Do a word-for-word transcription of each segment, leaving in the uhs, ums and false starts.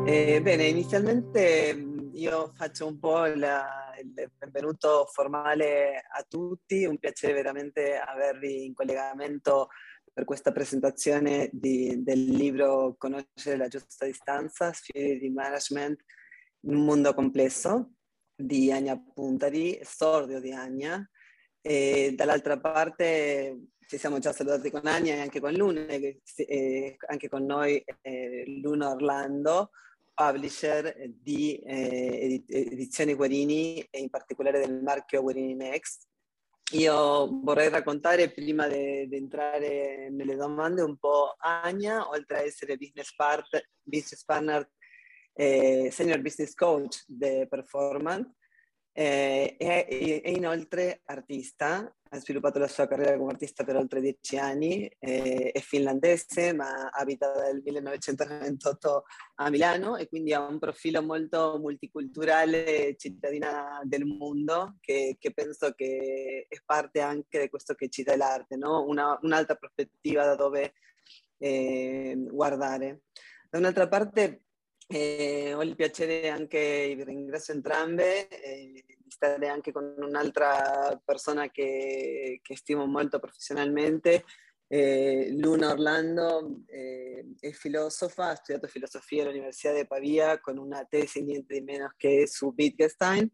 Eh, bene, inizialmente mh, io faccio un po' la- il benvenuto formale a tutti, un piacere veramente avervi in collegamento per questa presentazione di- del libro Conoscere la giusta distanza, sfide di management in un mondo complesso di Ania Puntari, esordio di Ania. E dall'altra parte ci siamo già salutati con Ania e anche con Luna, che, eh, anche con noi eh, Luna Orlando, publisher di eh, Edizioni Guerini e in particolare del marchio Guerini Next. Io vorrei raccontare, prima di entrare nelle domande, un po' Ania, oltre a essere business, part, business partner, eh, senior business coach di performance, eh, è, è inoltre artista, ha sviluppato la sua carriera come artista per oltre dieci anni, eh, è finlandese ma abita dal millenovecentonovantotto a Milano e quindi ha un profilo molto multiculturale, cittadina del mondo, che, che penso che è parte anche di questo che ci dà l'arte, no? Una, un'altra prospettiva da dove eh, guardare. Da un'altra parte eh, ho il piacere anche, vi ringrazio entrambe, eh, di stare anche con un'altra persona che, che stimo molto professionalmente. Eh, Luna Orlando eh, è filosofa, ha studiato filosofia all'Università di Pavia con una tesi niente di meno che su Wittgenstein.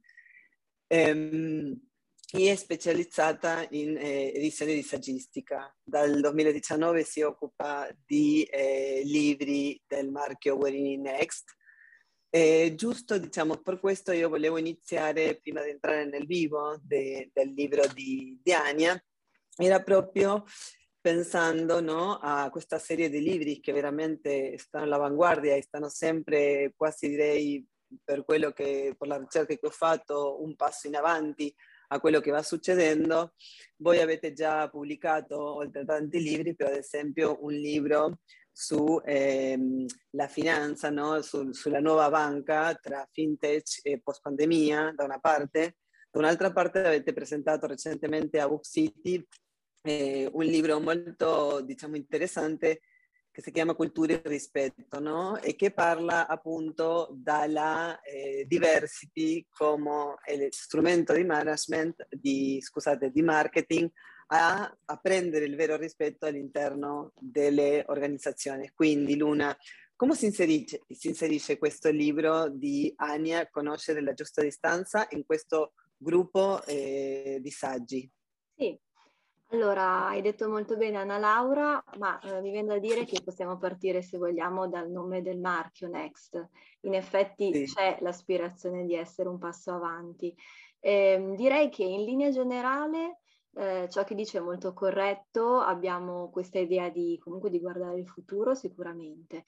Ehm, e è specializzata in eh, edizione di saggistica. Dal duemiladiciannove si occupa di eh, libri del marchio Guerini Next. Eh, giusto, diciamo, per questo io volevo iniziare, prima di entrare nel vivo de, del libro di, di Ania, era proprio pensando, no, a questa serie di libri che veramente stanno all'avanguardia e stanno sempre, quasi direi, per quello che, per la ricerca che ho fatto, un passo in avanti a quello che va succedendo. Voi avete già pubblicato, oltre a tanti libri, per ad esempio un libro sulla ehm, finanza, no? Su, sulla nuova banca tra fintech e post-pandemia, da una parte. Da un'altra parte avete presentato recentemente a Book City eh, un libro molto, diciamo, interessante che si chiama Cultura e rispetto, no? E che parla appunto dalla eh, diversity come strumento di management, di, scusate, di marketing, a, a prendere il vero rispetto all'interno delle organizzazioni. Quindi Luna, come si inserisce, si inserisce questo libro di Ania, Conoscere la giusta distanza, in questo gruppo eh, di saggi? Sì, allora hai detto molto bene Anna Laura, ma eh, mi viene da dire che possiamo partire, se vogliamo, dal nome del marchio Next. In effetti Sì. c'è l'aspirazione di essere un passo avanti. Eh, direi che in linea generale eh, ciò che dice è molto corretto, abbiamo questa idea di comunque di guardare il futuro sicuramente.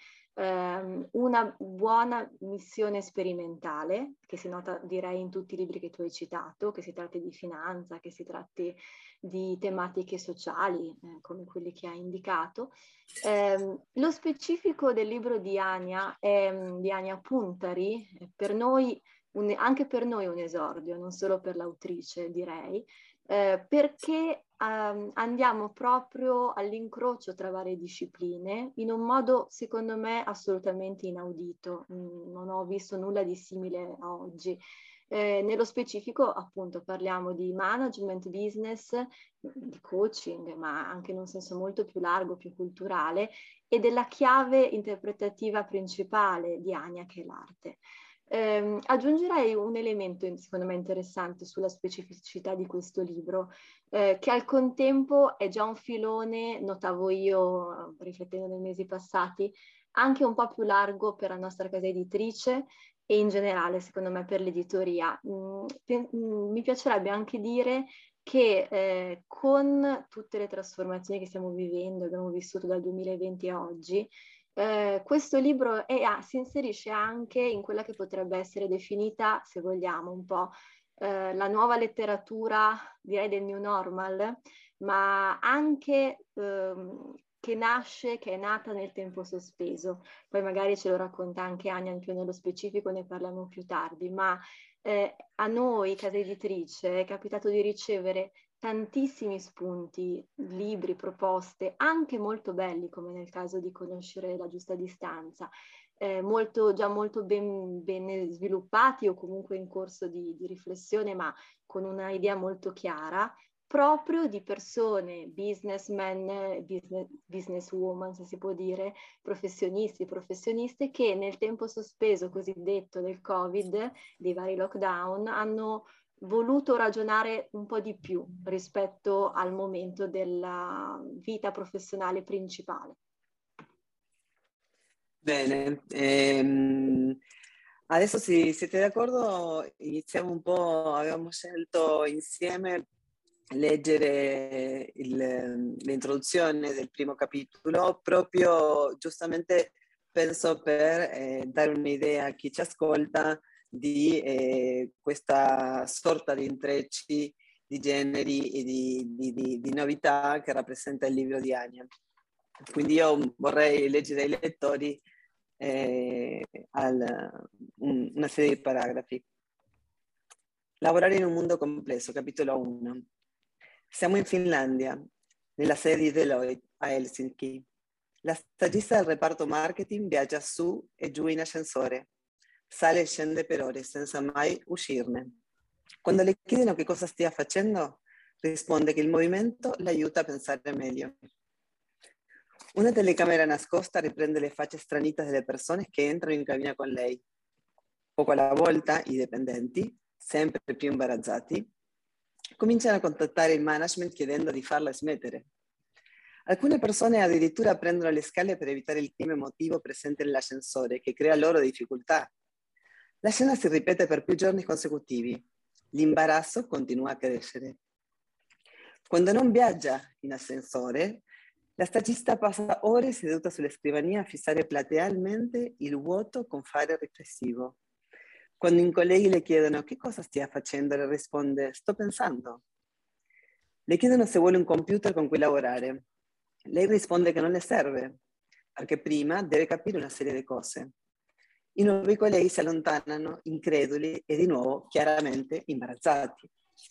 Eh, una buona missione sperimentale, che si nota direi in tutti i libri che tu hai citato, che si tratti di finanza, che si tratti di tematiche sociali, eh, come quelli che hai indicato. Eh, lo specifico del libro di Ania, è, di Ania Puntari, per noi, un, anche per noi un esordio, non solo per l'autrice direi, eh, perché um, andiamo proprio all'incrocio tra varie discipline in un modo secondo me assolutamente inaudito. Mm, non ho visto nulla di simile a oggi. Eh, nello specifico appunto parliamo di management, business, di coaching, ma anche in un senso molto più largo, più culturale, e della chiave interpretativa principale di Ania, che è l'arte. Eh, aggiungerei un elemento secondo me interessante sulla specificità di questo libro, eh, che al contempo è già un filone, notavo io riflettendo nei mesi passati, anche un po' più largo per la nostra casa editrice e in generale secondo me per l'editoria. Mm, pe- mm, mi piacerebbe anche dire che eh, con tutte le trasformazioni che stiamo vivendo, abbiamo vissuto dal duemilaventi a oggi, eh, questo libro è, ah, si inserisce anche in quella che potrebbe essere definita, se vogliamo, un po' eh, la nuova letteratura, direi del new normal, ma anche ehm, che nasce, che è nata nel tempo sospeso. Poi magari ce lo racconta anche Ania più nello specifico, ne parliamo più tardi, ma eh, a noi, casa editrice, è capitato di ricevere tantissimi spunti, libri, proposte, anche molto belli, come nel caso di Conoscere la giusta distanza, eh, molto, già molto ben, ben sviluppati o comunque in corso di, di riflessione, ma con una idea molto chiara, proprio di persone, businessmen, business, businesswoman, se si può dire, professionisti, professioniste, che nel tempo sospeso cosiddetto del Covid, dei vari lockdown, hanno voluto ragionare un po' di più rispetto al momento della vita professionale principale. Bene, ehm, adesso se siete d'accordo iniziamo un po', avevamo scelto insieme leggere il, l'introduzione del primo capitolo, proprio giustamente penso per eh, dare un'idea a chi ci ascolta di eh, questa sorta di intrecci di generi e di, di, di, di novità che rappresenta il libro di Ania. Quindi io vorrei leggere ai lettori eh, al, un, una serie di paragrafi. Lavorare in un mondo complesso, capitolo uno. Siamo in Finlandia, nella sede di Deloitte a Helsinki. La stagista del reparto marketing viaggia su e giù in ascensore. Sale e scende per ore senza mai uscirne. Quando le chiedono che cosa stia facendo, risponde che il movimento l'aiuta a pensare meglio. Una telecamera nascosta riprende le facce stranite delle persone che entrano in cabina con lei. Poco alla volta i dipendenti, sempre più imbarazzati, cominciano a contattare il management chiedendo di farla smettere. Alcune persone addirittura prendono le scale per evitare il clima emotivo presente nell'ascensore che crea loro difficoltà. La scena si ripete per più giorni consecutivi. L'imbarazzo continua a crescere. Quando non viaggia in ascensore, la stagista passa ore seduta sulla scrivania a fissare platealmente il vuoto con fare riflessivo. Quando i colleghi le chiedono che cosa stia facendo, le risponde: sto pensando. Le chiedono se vuole un computer con cui lavorare. Lei risponde che non le serve, perché prima deve capire una serie di cose. I nuovi colleghi si allontanano, increduli e di nuovo chiaramente imbarazzati.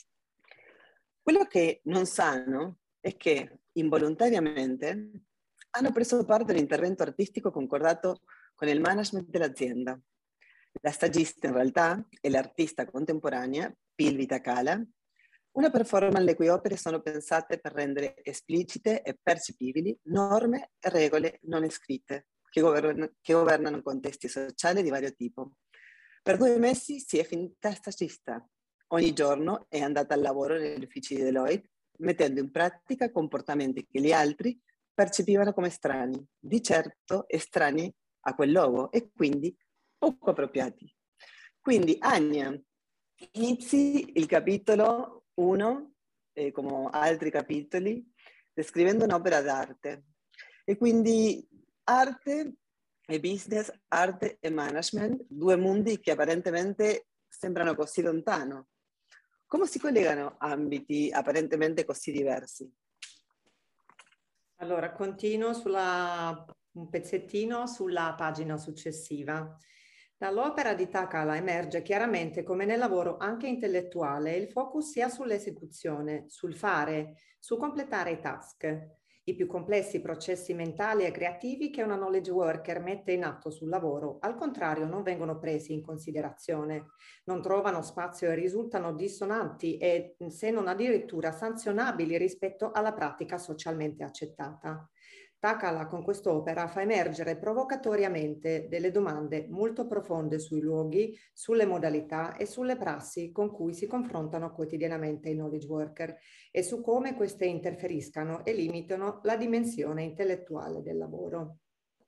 Quello che non sanno è che involontariamente hanno preso parte all'intervento artistico concordato con il management dell'azienda. La stagista in realtà è l'artista contemporanea Pilvita Kala, una performance le cui opere sono pensate per rendere esplicite e percepibili norme e regole non scritte che governano, che governano contesti sociali di vario tipo. Per due mesi si è finita stagista. Ogni giorno è andata al lavoro negli uffici di Deloitte, mettendo in pratica comportamenti che gli altri percepivano come strani, di certo estranei a quel luogo e quindi poco appropriati. Quindi Ania, inizi il capitolo uno, eh, come altri capitoli, descrivendo un'opera d'arte. E quindi arte e business, arte e management, due mondi che apparentemente sembrano così lontano. Come si collegano ambiti apparentemente così diversi? Allora, continuo sulla, un pezzettino sulla pagina successiva. Dall'opera di Takala emerge chiaramente come nel lavoro anche intellettuale il focus sia sull'esecuzione, sul fare, su completare i task, i più complessi processi mentali e creativi che una knowledge worker mette in atto sul lavoro, al contrario, non vengono presi in considerazione, non trovano spazio e risultano dissonanti e, se non addirittura sanzionabili rispetto alla pratica socialmente accettata. Takala con quest'opera fa emergere provocatoriamente delle domande molto profonde sui luoghi, sulle modalità e sulle prassi con cui si confrontano quotidianamente i knowledge worker e su come queste interferiscano e limitano la dimensione intellettuale del lavoro.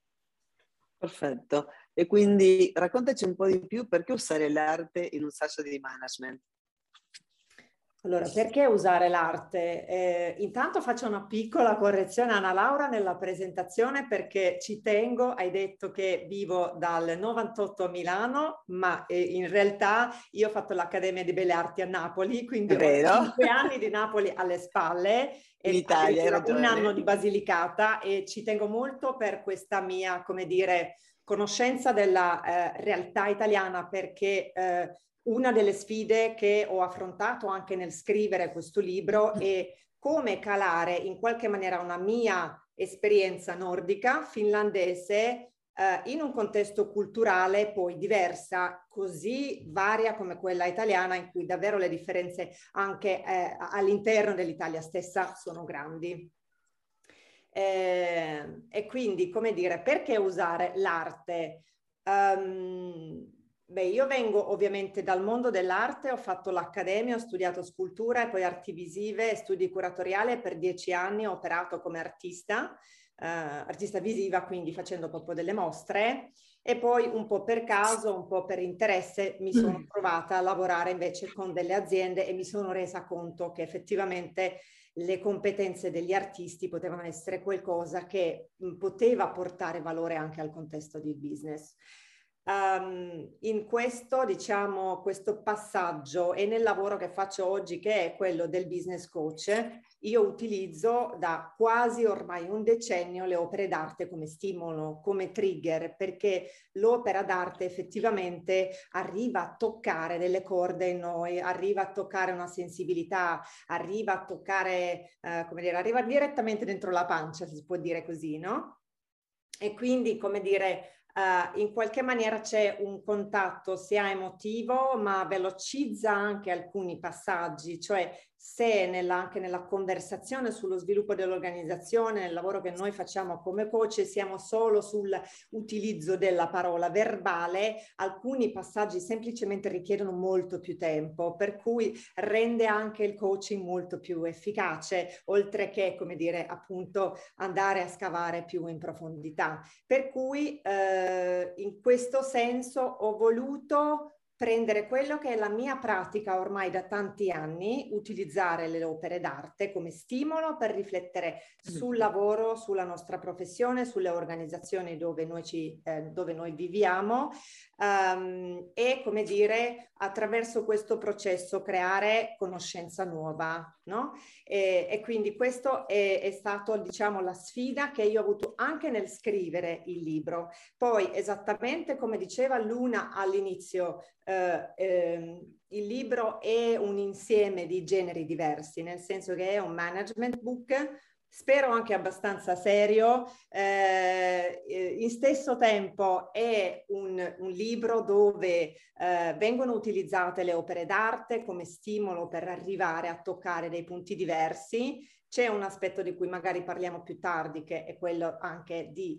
Perfetto. E quindi raccontaci un po' di più perché usare l'arte in un saggio di management. Allora, perché usare l'arte? Eh, intanto faccio una piccola correzione, Anna Laura, nella presentazione perché ci tengo, hai detto che vivo dal novantotto a Milano, ma eh, in realtà io ho fatto l'Accademia di Belle Arti a Napoli, quindi ho cinque anni di Napoli alle spalle in e Italia, hai ragione. Un anno di Basilicata e ci tengo molto per questa mia, come dire, conoscenza della eh, realtà italiana, perché eh, una delle sfide che ho affrontato anche nel scrivere questo libro è come calare in qualche maniera una mia esperienza nordica, finlandese, Uh, in un contesto culturale poi diversa, così varia come quella italiana, in cui davvero le differenze anche eh, all'interno dell'Italia stessa sono grandi. Eh, e quindi, come dire, perché usare l'arte? Um, beh, io vengo ovviamente dal mondo dell'arte, ho fatto l'accademia, ho studiato scultura e poi arti visive e studi curatoriali, e per dieci anni ho operato come artista. Uh, artista visiva, quindi facendo proprio delle mostre, e poi un po' per caso, un po' per interesse mi sono trovata a lavorare invece con delle aziende e mi sono resa conto che effettivamente le competenze degli artisti potevano essere qualcosa che mh, poteva portare valore anche al contesto di business. Um, in questo, diciamo, questo passaggio e nel lavoro che faccio oggi, che è quello del business coach, io utilizzo da quasi ormai un decennio le opere d'arte come stimolo, come trigger, perché l'opera d'arte effettivamente arriva a toccare delle corde in noi, arriva a toccare una sensibilità, arriva a toccare, eh, come dire, arriva direttamente dentro la pancia, se si può dire così, no? E quindi, come dire, Uh, in qualche maniera c'è un contatto sia emotivo, ma velocizza anche alcuni passaggi, cioè se nella, anche nella conversazione sullo sviluppo dell'organizzazione, nel lavoro che noi facciamo come coach, siamo solo sull'utilizzo della parola verbale, alcuni passaggi semplicemente richiedono molto più tempo, per cui rende anche il coaching molto più efficace, oltre che, come dire, appunto andare a scavare più in profondità. Per cui eh, in questo senso ho voluto prendere quello che è la mia pratica ormai da tanti anni, utilizzare le opere d'arte come stimolo per riflettere sul lavoro, sulla nostra professione, sulle organizzazioni dove noi, ci, eh, dove noi viviamo, um, e, come dire, attraverso questo processo creare conoscenza nuova, no? E, e quindi questo è, è stato, diciamo, la sfida che io ho avuto anche nel scrivere il libro. Poi, esattamente come diceva Luna all'inizio, Uh, ehm, il libro è un insieme di generi diversi, nel senso che è un management book, spero anche abbastanza serio, eh, in stesso tempo è un, un libro dove eh, vengono utilizzate le opere d'arte come stimolo per arrivare a toccare dei punti diversi. C'è un aspetto di cui magari parliamo più tardi, che è quello anche di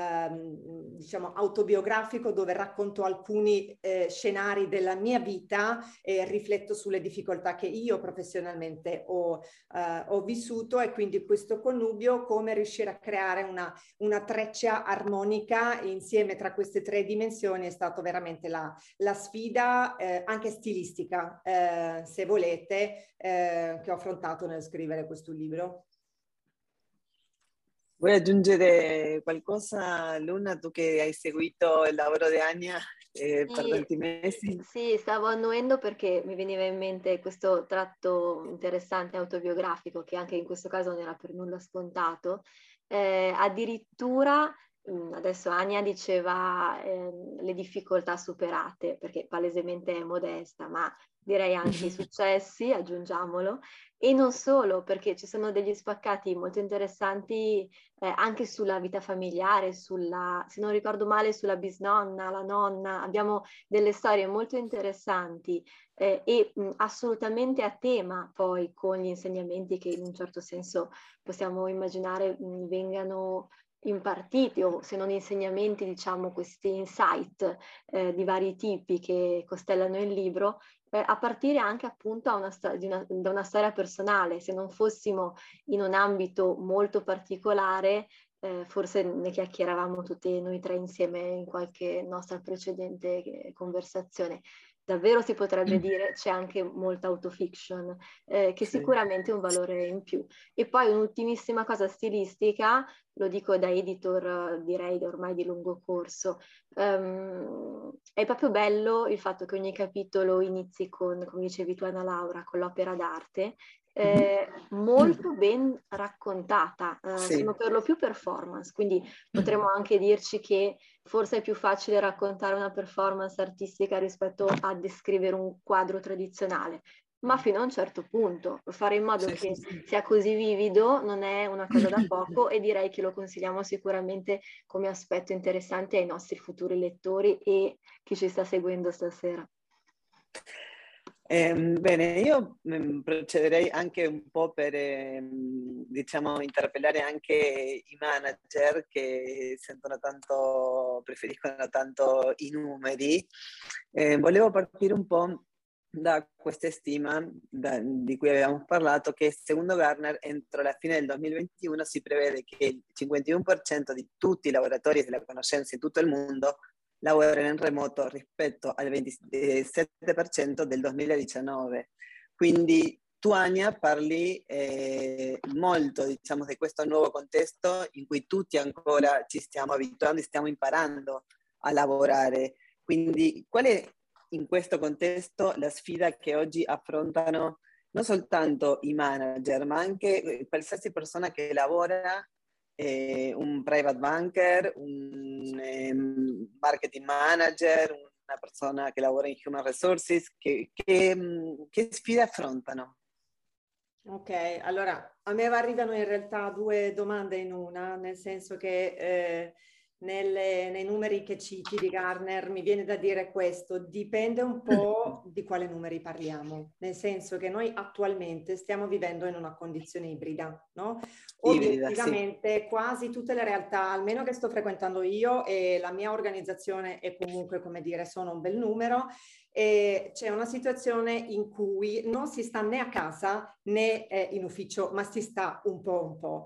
ehm, diciamo autobiografico, dove racconto alcuni eh, scenari della mia vita e rifletto sulle difficoltà che io professionalmente ho, eh, ho vissuto, e quindi questo connubio, come riuscire a creare una, una treccia armonica insieme tra queste tre dimensioni, è stato veramente la, la sfida eh, anche stilistica, eh, se volete, eh, che ho affrontato nel scrivere questo libro. Vuoi aggiungere qualcosa, Luna, tu che hai seguito il lavoro di Ania eh, Sì, per tanti mesi? sì, stavo annuendo perché mi veniva in mente questo tratto interessante autobiografico, che anche in questo caso non era per nulla scontato. Eh, addirittura, mh, adesso Ania diceva eh, le difficoltà superate, perché palesemente è modesta, ma direi anche i successi, aggiungiamolo, e non solo, perché ci sono degli spaccati molto interessanti eh, anche sulla vita familiare, sulla, se non ricordo male, sulla bisnonna, la nonna. Abbiamo delle storie molto interessanti eh, e mh, assolutamente a tema poi con gli insegnamenti che in un certo senso possiamo immaginare mh, vengano impartiti, o se non insegnamenti, diciamo questi insight eh, di vari tipi che costellano il libro, eh, a partire anche appunto a una sto- di una, da una storia personale. Se non fossimo in un ambito molto particolare, eh, forse ne chiacchieravamo tutti noi tre insieme in qualche nostra precedente eh, conversazione. Davvero si potrebbe dire c'è anche molta autofiction, eh, che Sì. sicuramente è un valore in più. E poi un'ultimissima cosa stilistica, lo dico da editor, direi ormai di lungo corso. Um, è proprio bello il fatto che ogni capitolo inizi con, come dicevi tu Anna Laura, con l'opera d'arte, eh, molto ben raccontata, eh, Sì. sono per lo più performance, quindi potremmo anche dirci che forse è più facile raccontare una performance artistica rispetto a descrivere un quadro tradizionale, ma fino a un certo punto. Fare in modo Sì, che sì, sì. sia così vivido non è una cosa da poco e direi che lo consigliamo sicuramente come aspetto interessante ai nostri futuri lettori e chi ci sta seguendo stasera. Eh, bene, io mh, procederei anche un po' per, ehm, diciamo, interpellare anche i manager che sentono tanto, preferiscono tanto i numeri. Eh, volevo partire un po' da questa stima da, di cui abbiamo parlato, che secondo Gartner entro la fine del duemilaventuno si prevede che il cinquantuno per cento di tutti i lavoratori della conoscenza in tutto il mondo lavorano in remoto rispetto al ventisette per cento del duemiladiciannove. Quindi tu, Ania, parli eh, molto, diciamo, di questo nuovo contesto in cui tutti ancora ci stiamo abituando e stiamo imparando a lavorare. Quindi qual è in questo contesto la sfida che oggi affrontano non soltanto i manager, ma anche qualsiasi persona che lavora, eh, un private banker, un eh, marketing manager, una persona che lavora in human resources, che, che, che sfide affrontano? Ok, allora a me arrivano in realtà due domande in una, nel senso che eh, nelle, nei numeri che citi di Gartner mi viene da dire questo: dipende un po' di quale numeri parliamo, nel senso che noi attualmente stiamo vivendo in una condizione ibrida, no? Obiettivamente sì. Quasi tutte le realtà, almeno che sto frequentando io e la mia organizzazione, e comunque, come dire, sono un bel numero, e c'è una situazione in cui non si sta né a casa né eh, in ufficio, ma si sta un po' un po'.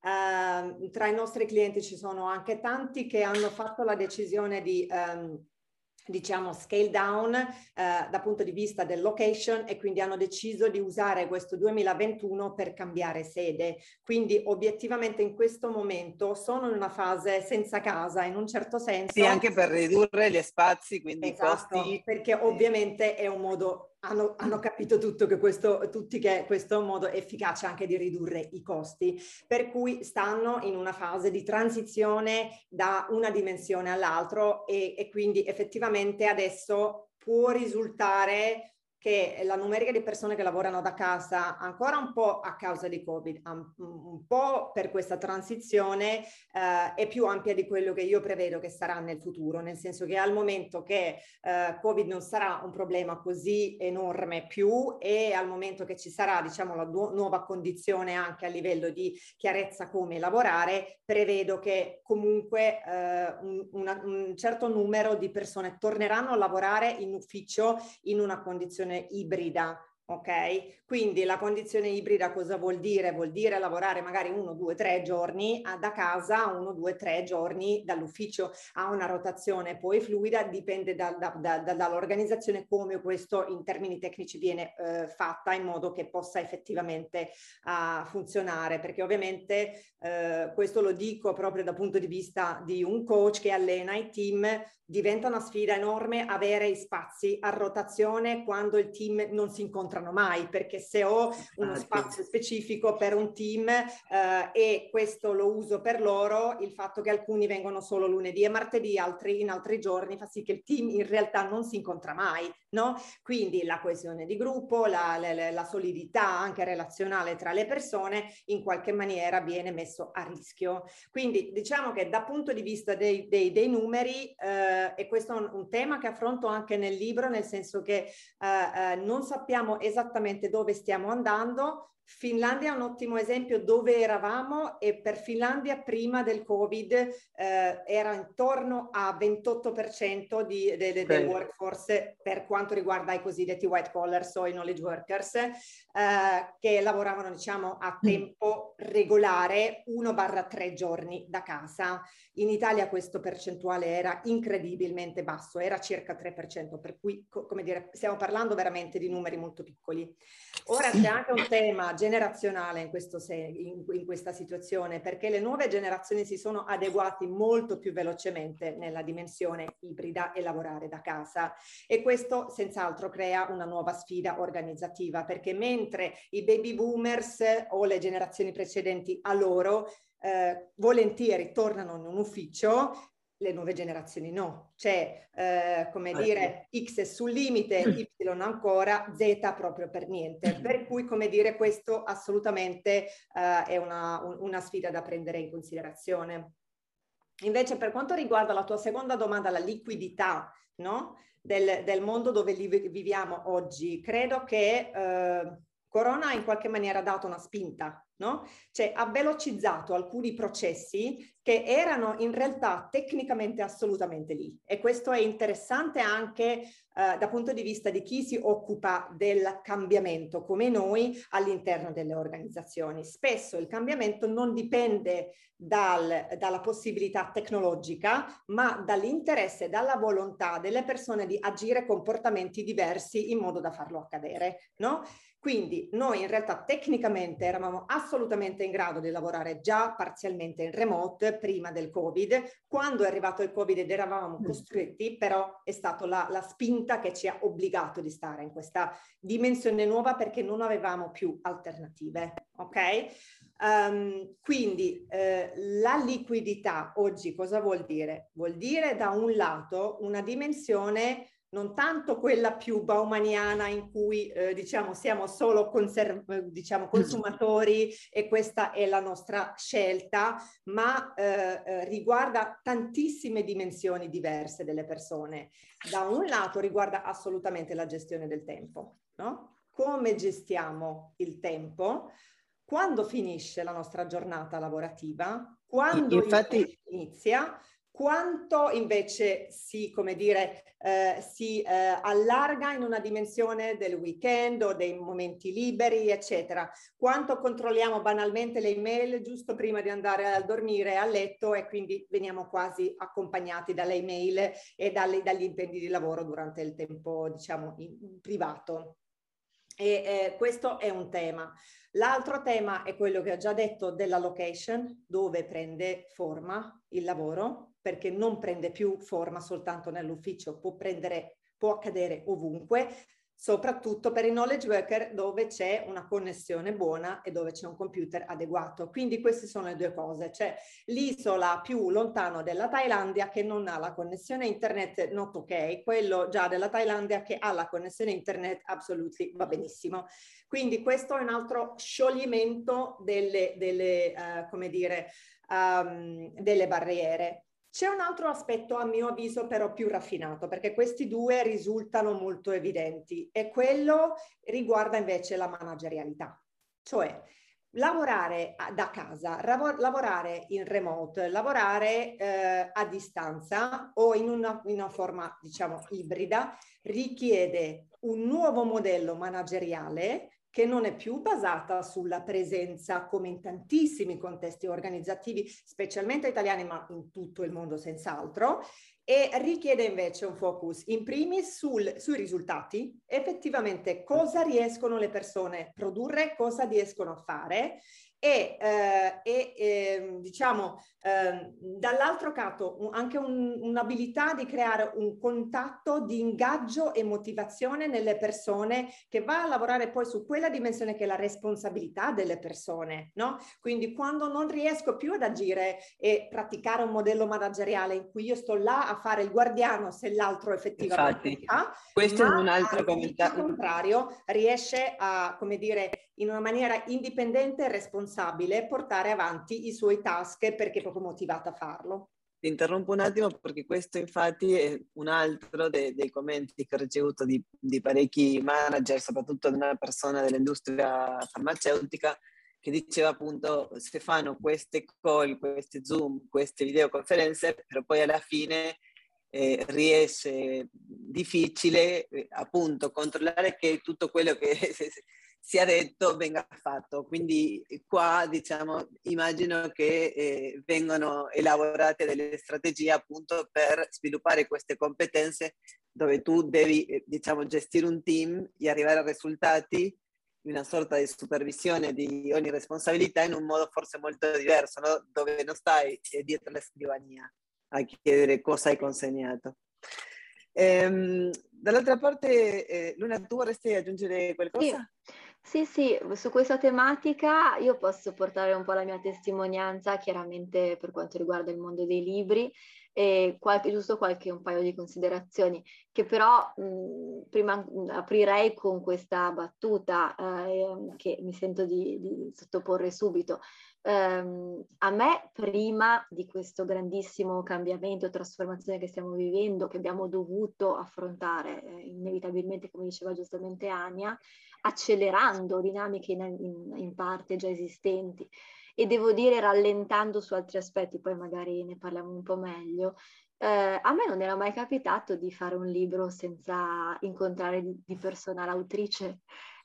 Uh, tra i nostri clienti ci sono anche tanti che hanno fatto la decisione di um, diciamo scale down eh, dal punto di vista del location, e quindi hanno deciso di usare questo duemilaventuno per cambiare sede. Quindi obiettivamente in questo momento sono in una fase senza casa, in un certo senso. Sì, anche per ridurre gli spazi, quindi esatto, i costi. perché ovviamente è un modo, hanno, hanno capito tutto che questo, tutti che questo è un modo efficace anche di ridurre i costi, per cui stanno in una fase di transizione da una dimensione all'altra, e, e quindi effettivamente adesso può risultare che la numerica di persone che lavorano da casa, ancora un po' a causa di Covid, un po' per questa transizione, eh, è più ampia di quello che io prevedo che sarà nel futuro, nel senso che al momento che eh, Covid non sarà un problema così enorme più, e al momento che ci sarà, diciamo, la nu- nuova condizione anche a livello di chiarezza come lavorare, prevedo che comunque eh, un, una, un certo numero di persone torneranno a lavorare in ufficio in una condizione ibrida. Ok, quindi la condizione ibrida cosa vuol dire? Vuol dire lavorare magari uno, due, tre giorni da casa, uno, due, tre giorni dall'ufficio. Ha una rotazione poi fluida, dipende da, da, da, dall'organizzazione come questo in termini tecnici viene eh, fatta in modo che possa effettivamente uh, funzionare, perché ovviamente eh, questo lo dico proprio dal punto di vista di un coach che allena i team. Diventa una sfida enorme avere i spazi a rotazione quando il team non si incontrano mai, perché se ho uno spazio specifico per un team eh, e questo lo uso per loro, il fatto che alcuni vengono solo lunedì e martedì, altri in altri giorni, fa sì che il team in realtà non si incontra mai, no? Quindi la coesione di gruppo, la, la, la solidità anche relazionale tra le persone in qualche maniera viene messo a rischio. Quindi diciamo che dal punto di vista dei, dei, dei numeri, eh, e questo è un, un tema che affronto anche nel libro, nel senso che eh, eh, non sappiamo esattamente dove stiamo andando. Finlandia è un ottimo esempio dove eravamo, e per Finlandia prima del Covid eh, era intorno a ventotto per cento di, de, de, okay. del workforce per quanto riguarda i cosiddetti white collars o i knowledge workers eh, che lavoravano, diciamo, a tempo regolare uno barra tre giorni da casa. In Italia questo percentuale era incredibilmente basso, era circa tre per cento, per cui, co- come dire, stiamo parlando veramente di numeri molto piccoli. Ora c'è anche un tema generazionale in, questo se- in, in questa situazione, perché le nuove generazioni si sono adeguate molto più velocemente nella dimensione ibrida e lavorare da casa, e questo senz'altro crea una nuova sfida organizzativa, perché mentre i baby boomers o le generazioni precedenti a loro eh, volentieri tornano in un ufficio, le nuove generazioni no, c'è eh, come dire X è sul limite, Y ancora, Z proprio per niente, per cui come dire questo assolutamente eh, è una, un, una sfida da prendere in considerazione. Invece per quanto riguarda la tua seconda domanda, la liquidità, no? del, del mondo dove viviamo oggi, credo che eh, Corona ha in qualche maniera dato una spinta, no? Cioè ha velocizzato alcuni processi che erano in realtà tecnicamente assolutamente lì, e questo è interessante anche eh, dal punto di vista di chi si occupa del cambiamento come noi all'interno delle organizzazioni. Spesso il cambiamento non dipende dal, dalla possibilità tecnologica, ma dall'interesse, dalla volontà delle persone di agire comportamenti diversi in modo da farlo accadere, no? Quindi noi in realtà tecnicamente eravamo assolutamente in grado di lavorare già parzialmente in remote prima del Covid. Quando è arrivato il Covid ed eravamo costretti, però è stata la, la spinta che ci ha obbligato di stare in questa dimensione nuova, perché non avevamo più alternative, ok? Um, quindi eh, la liquidità oggi cosa vuol dire? Vuol dire da un lato una dimensione non tanto quella più baumaniana in cui eh, diciamo siamo solo diciamo, consumatori e questa è la nostra scelta, ma eh, eh, riguarda tantissime dimensioni diverse delle persone. Da un lato riguarda assolutamente la gestione del tempo, no? Come gestiamo il tempo? Quando finisce la nostra giornata lavorativa? Quando Infatti inizia? Quanto invece si, come dire, eh, si eh, allarga in una dimensione del weekend o dei momenti liberi, eccetera. Quanto controlliamo banalmente le email giusto prima di andare a dormire a letto, e quindi veniamo quasi accompagnati dalle email e dalle, dagli impegni di lavoro durante il tempo, diciamo, in, in privato. E eh, questo è un tema. L'altro tema è quello che ho già detto della location, dove prende forma il lavoro, perché non prende più forma soltanto nell'ufficio, può prendere, può accadere ovunque, soprattutto per i knowledge worker dove c'è una connessione buona e dove c'è un computer adeguato. Quindi queste sono le due cose. C'è l'isola più lontano della Thailandia che non ha la connessione internet, not ok, quello già della Thailandia che ha la connessione internet, absolutely, va benissimo. Quindi questo è un altro scioglimento delle, delle uh, come dire, um, delle barriere. C'è un altro aspetto a mio avviso però più raffinato, perché questi due risultano molto evidenti, e quello riguarda invece la managerialità. Cioè lavorare da casa, lavorare in remote, lavorare eh, a distanza o in una, in una forma diciamo ibrida richiede un nuovo modello manageriale che non è più basata sulla presenza come in tantissimi contesti organizzativi, specialmente italiani, ma in tutto il mondo senz'altro, e richiede invece un focus in primis sul, sui risultati, effettivamente cosa riescono le persone a produrre, cosa riescono a fare, e, eh, e eh, diciamo eh, dall'altro lato un, anche un, un'abilità di creare un contatto di ingaggio e motivazione nelle persone, che va a lavorare poi su quella dimensione che è la responsabilità delle persone, no? Quindi quando non riesco più ad agire e praticare un modello manageriale in cui io sto là a fare il guardiano se l'altro effettivamente infatti fa, questo ma è un altro al commentario. contrario riesce a, come dire, in una maniera indipendente e responsabile portare avanti i suoi task perché è proprio motivata a farlo. Ti interrompo un attimo perché questo infatti è un altro dei, dei commenti che ho ricevuto di, di parecchi manager, soprattutto di una persona dell'industria farmaceutica, che diceva appunto se fanno queste call, queste Zoom, queste videoconferenze, però poi alla fine eh, riesce difficile eh, appunto controllare che tutto quello che sia detto venga fatto. Quindi qua, diciamo, immagino che eh, vengano elaborate delle strategie appunto per sviluppare queste competenze dove tu devi, eh, diciamo, gestire un team e arrivare a risultati, una sorta di supervisione di ogni responsabilità in un modo forse molto diverso, no? Dove non stai eh, dietro la scrivania a chiedere cosa hai consegnato. Ehm, dall'altra parte, eh, Luna, tu vorresti aggiungere qualcosa? Sì, sì, sì, su questa tematica io posso portare un po' la mia testimonianza, chiaramente per quanto riguarda il mondo dei libri, e qualche, giusto qualche un paio di considerazioni, che però mh, prima mh, aprirei con questa battuta eh, che mi sento di, di sottoporre subito. Um, a me, prima di questo grandissimo cambiamento, trasformazione che stiamo vivendo, che abbiamo dovuto affrontare eh, inevitabilmente, come diceva giustamente Ania, accelerando dinamiche in, in, in parte già esistenti e devo dire rallentando su altri aspetti, poi magari ne parliamo un po' meglio. Eh, a me non era mai capitato di fare un libro senza incontrare di, di persona l'autrice.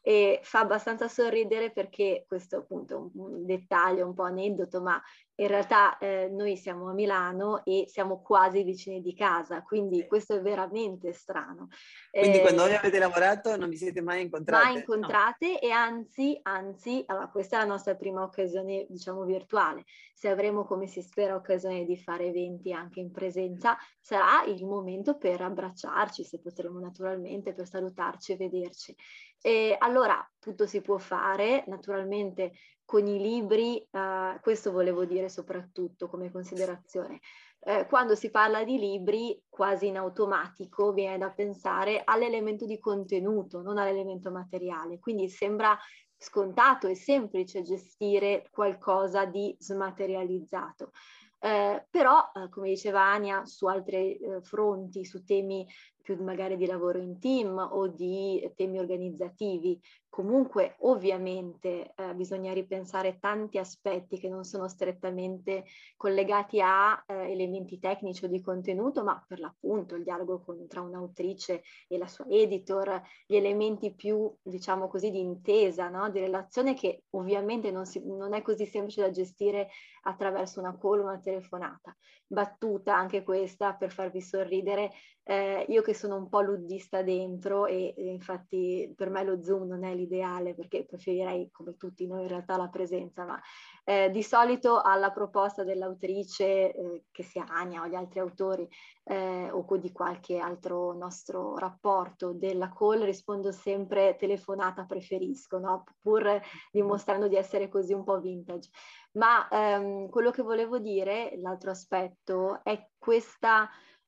E fa abbastanza sorridere perché questo appunto è un, un dettaglio, un po' aneddoto, ma in realtà eh, noi siamo a Milano e siamo quasi vicini di casa, quindi questo è veramente strano. Quindi eh, quando voi avete lavorato non vi siete mai incontrate? mai incontrate, no. E anzi, anzi, allora questa è la nostra prima occasione, diciamo, virtuale. Se avremo, come si spera, occasione di fare eventi anche in presenza, sarà il momento per abbracciarci, se potremo naturalmente, per salutarci e vederci. E allora tutto si può fare, naturalmente con i libri, eh, questo volevo dire soprattutto come considerazione. Eh, quando si parla di libri, quasi in automatico viene da pensare all'elemento di contenuto, non all'elemento materiale. Quindi sembra scontato e semplice gestire qualcosa di smaterializzato. Eh, però, eh, come diceva Ania, su altri eh, fronti, su temi più magari di lavoro in team o di temi organizzativi, comunque ovviamente eh, bisogna ripensare tanti aspetti che non sono strettamente collegati a eh, elementi tecnici o di contenuto, ma per l'appunto il dialogo con, tra un'autrice e la sua editor, gli elementi più, diciamo così, di intesa, no? Di relazione che ovviamente non, si, non è così semplice da gestire attraverso una call o una telefonata. Battuta anche questa per farvi sorridere, eh, io che sono un po' luddista dentro e, e infatti per me lo Zoom non è l'ideale perché preferirei come tutti noi in realtà la presenza, ma eh, di solito alla proposta dell'autrice, eh, che sia Ania o gli altri autori eh, o di qualche altro nostro rapporto della call rispondo sempre telefonata preferisco, no? Pur dimostrando di essere così un po' vintage. Ma ehm, quello che volevo dire, l'altro aspetto, è questa,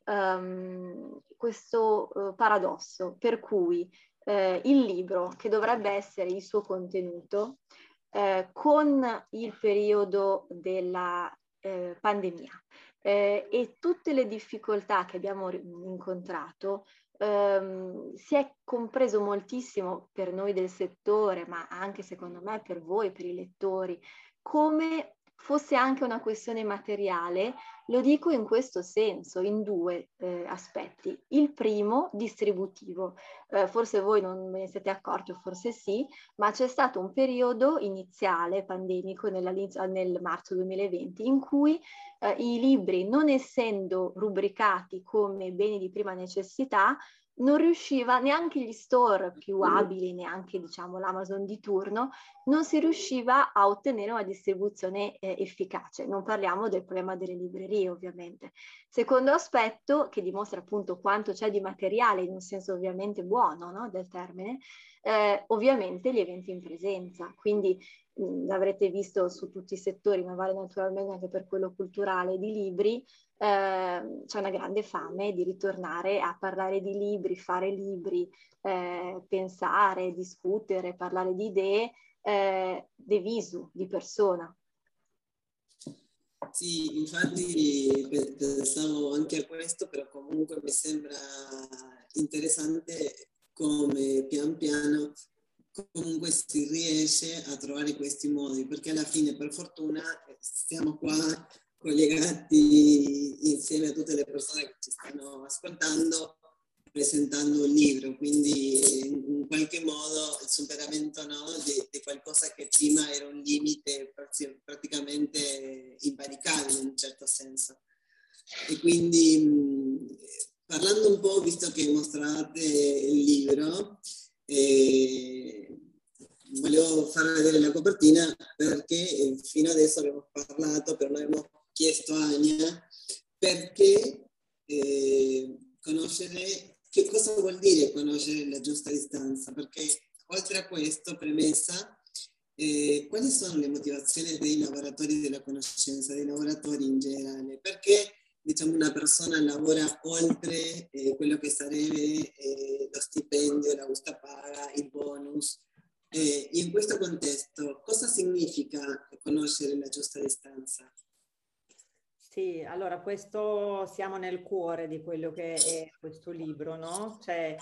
um, questo uh, paradosso per cui eh, il libro, che dovrebbe essere il suo contenuto, eh, con il periodo della eh, pandemia eh, e tutte le difficoltà che abbiamo incontrato, ehm, si è compreso moltissimo per noi del settore, ma anche secondo me per voi, per i lettori, come fosse anche una questione materiale. Lo dico in questo senso, in due eh, aspetti. Il primo, distributivo. Eh, forse voi non ve ne siete accorti, o forse sì, ma c'è stato un periodo iniziale pandemico nella, nel marzo duemilaventi in cui eh, i libri, non essendo rubricati come beni di prima necessità, non riusciva neanche gli store più abili, neanche diciamo l'Amazon di turno, non si riusciva a ottenere una distribuzione eh, efficace. Non parliamo del problema delle librerie, ovviamente. Secondo aspetto, che dimostra appunto quanto c'è di materiale, in un senso ovviamente buono, no, del termine, eh, ovviamente gli eventi in presenza. Quindi mh, l'avrete visto su tutti i settori, ma vale naturalmente anche per quello culturale, di libri. Eh, c'è una grande fame di ritornare a parlare di libri, fare libri, eh, pensare, discutere, parlare di idee, eh, de visu, di persona. Sì, infatti pensavo anche a questo, però comunque mi sembra interessante come pian piano comunque si riesce a trovare questi modi, perché alla fine per fortuna siamo qua collegati insieme a tutte le persone che ci stanno ascoltando presentando un libro, quindi in qualche modo il superamento, no, di, di qualcosa che prima era un limite praticamente invalicabile in un certo senso. E quindi parlando un po', visto che mostrate il libro, eh, volevo far vedere la copertina perché fino adesso abbiamo parlato, però non abbiamo chiesto a Ania perché eh, conoscere, che cosa vuol dire conoscere la giusta distanza, perché oltre a questo, premessa, eh, quali sono le motivazioni dei lavoratori della conoscenza, dei lavoratori in generale? Perché diciamo una persona lavora oltre eh, quello che sarebbe eh, lo stipendio, la busta paga, il bonus. Eh, in questo contesto, cosa significa conoscere la giusta distanza? Sì, allora questo siamo nel cuore di quello che è questo libro, no? Cioè,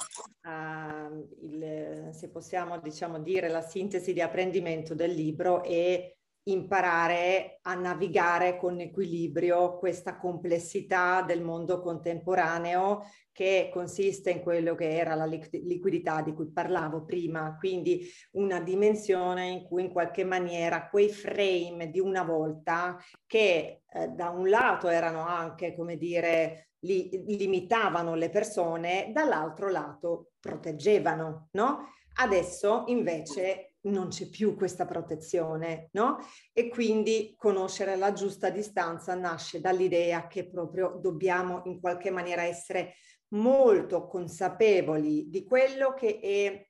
uh, il, se possiamo diciamo dire la sintesi di apprendimento del libro è imparare a navigare con equilibrio questa complessità del mondo contemporaneo che consiste in quello che era la liquidità di cui parlavo prima, quindi una dimensione in cui in qualche maniera quei frame di una volta che eh, da un lato erano anche, come dire, li, limitavano le persone, dall'altro lato proteggevano, no? Adesso invece non c'è più questa protezione, no? E quindi conoscere la giusta distanza nasce dall'idea che proprio dobbiamo in qualche maniera essere molto consapevoli di quello che è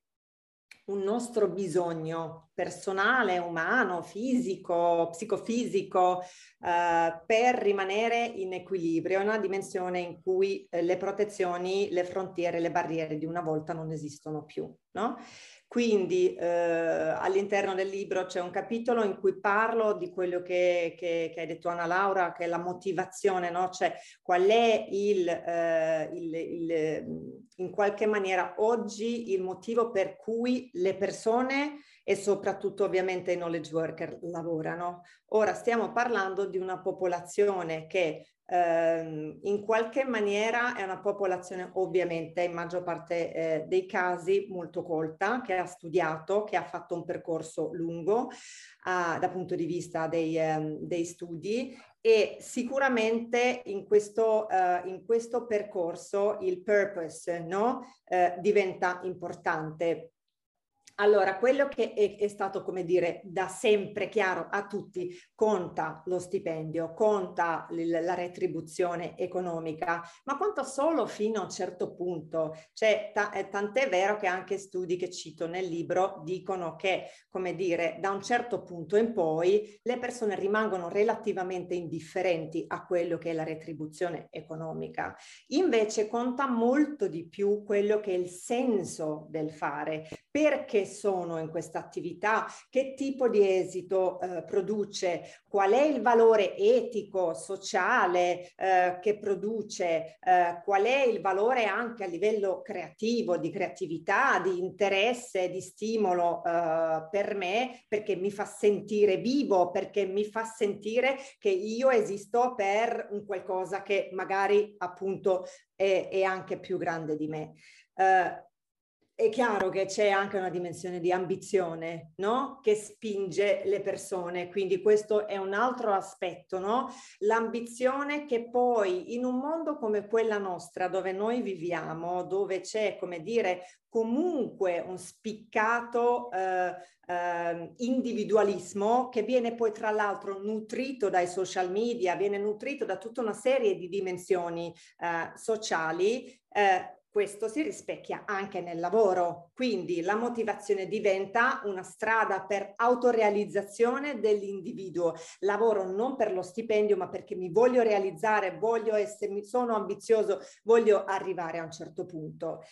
un nostro bisogno personale, umano, fisico, psicofisico, eh, per rimanere in equilibrio, è una dimensione in cui eh, le protezioni, le frontiere, le barriere di una volta non esistono più, no? Quindi eh, all'interno del libro c'è un capitolo in cui parlo di quello che, che, che hai detto Anna Laura, che è la motivazione, no? Cioè qual è il, eh, il, il, in qualche maniera oggi il motivo per cui le persone e soprattutto ovviamente i knowledge worker lavorano. Ora stiamo parlando di una popolazione che ehm, in qualche maniera è una popolazione ovviamente in maggior parte eh, dei casi molto colta, che ha studiato, che ha fatto un percorso lungo ah, dal punto di vista dei, ehm, dei studi, e sicuramente in questo, uh, in questo percorso il purpose, no? uh, diventa importante. Allora, quello che è, è stato, come dire, da sempre chiaro a tutti, conta lo stipendio, conta l- la retribuzione economica, ma conta solo fino a un certo punto. Cioè, ta- eh, tant'è vero che anche studi che cito nel libro dicono che, come dire, da un certo punto in poi le persone rimangono relativamente indifferenti a quello che è la retribuzione economica. Invece conta molto di più quello che è il senso del fare, perché sono in questa attività, che tipo di esito eh, produce, qual è il valore etico, sociale eh, che produce, eh, qual è il valore anche a livello creativo, di creatività, di interesse, di stimolo eh, per me, perché mi fa sentire vivo, perché mi fa sentire che io esisto per un qualcosa che magari appunto è, è anche più grande di me. Uh, È chiaro che c'è anche una dimensione di ambizione, no? Che spinge le persone, quindi questo è un altro aspetto, no? L'ambizione che poi in un mondo come quella nostra, dove noi viviamo, dove c'è, come dire, comunque un spiccato eh, eh, individualismo che viene poi tra l'altro nutrito dai social media, viene nutrito da tutta una serie di dimensioni eh, sociali, eh, questo si rispecchia anche nel lavoro, quindi la motivazione diventa una strada per autorealizzazione dell'individuo. Lavoro non per lo stipendio, ma perché mi voglio realizzare, voglio essere, sono ambizioso, voglio arrivare a un certo punto.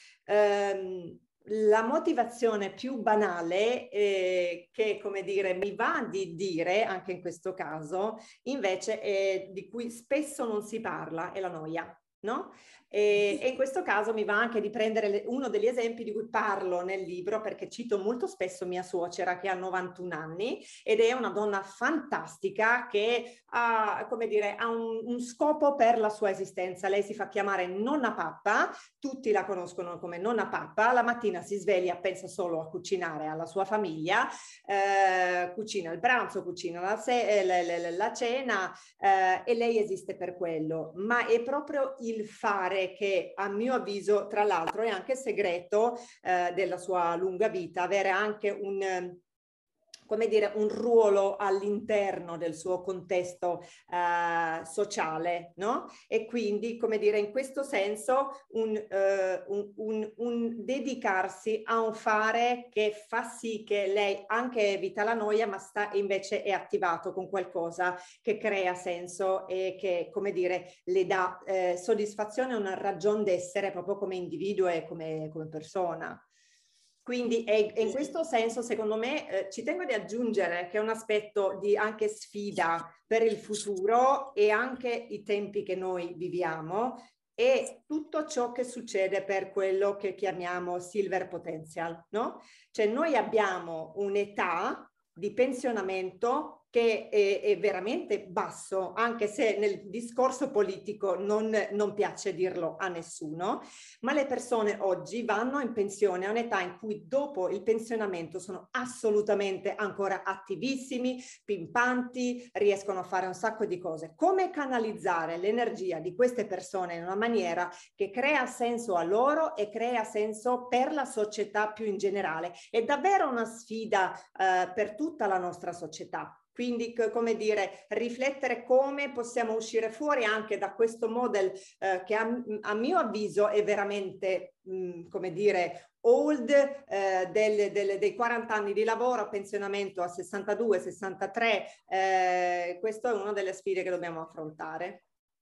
Ehm, La motivazione più banale eh, che, come dire, mi va di dire anche in questo caso, invece, è, di cui spesso non si parla, è la noia. No? E, e in questo caso mi va anche di prendere le, uno degli esempi di cui parlo nel libro, perché cito molto spesso mia suocera che ha novantuno anni ed è una donna fantastica che ha, come dire, ha un, un scopo per la sua esistenza. Lei si fa chiamare nonna pappa, tutti la conoscono come nonna pappa, la mattina si sveglia, pensa solo a cucinare alla sua famiglia, eh, cucina il pranzo, cucina la, se- la, la, la cena, eh, e lei esiste per quello, ma è proprio il fare che a mio avviso tra l'altro è anche segreto eh, della sua lunga vita, avere anche un, come dire, un ruolo all'interno del suo contesto eh, sociale, no? E quindi, come dire, in questo senso un, eh, un, un, un dedicarsi a un fare che fa sì che lei anche evita la noia, ma sta invece è attivato con qualcosa che crea senso e che, come dire, le dà eh, soddisfazione e una ragion d'essere proprio come individuo e come, come persona. Quindi è, è in questo senso, secondo me, eh, ci tengo di aggiungere che è un aspetto di anche sfida per il futuro e anche i tempi che noi viviamo e tutto ciò che succede per quello che chiamiamo silver potential, no? Cioè noi abbiamo un'età di pensionamento che è, è veramente basso, anche se nel discorso politico non, non piace dirlo a nessuno, ma le persone oggi vanno in pensione a un'età in cui dopo il pensionamento sono assolutamente ancora attivissimi, pimpanti, riescono a fare un sacco di cose. Come canalizzare l'energia di queste persone in una maniera che crea senso a loro e crea senso per la società più in generale? È davvero una sfida eh, per tutta la nostra società. Quindi, come dire, riflettere come possiamo uscire fuori anche da questo model eh, che a, a mio avviso è veramente, mh, come dire, old, eh, del, del, dei quaranta anni di lavoro, pensionamento a sessantadue sessantatré, eh, questa è una delle sfide che dobbiamo affrontare.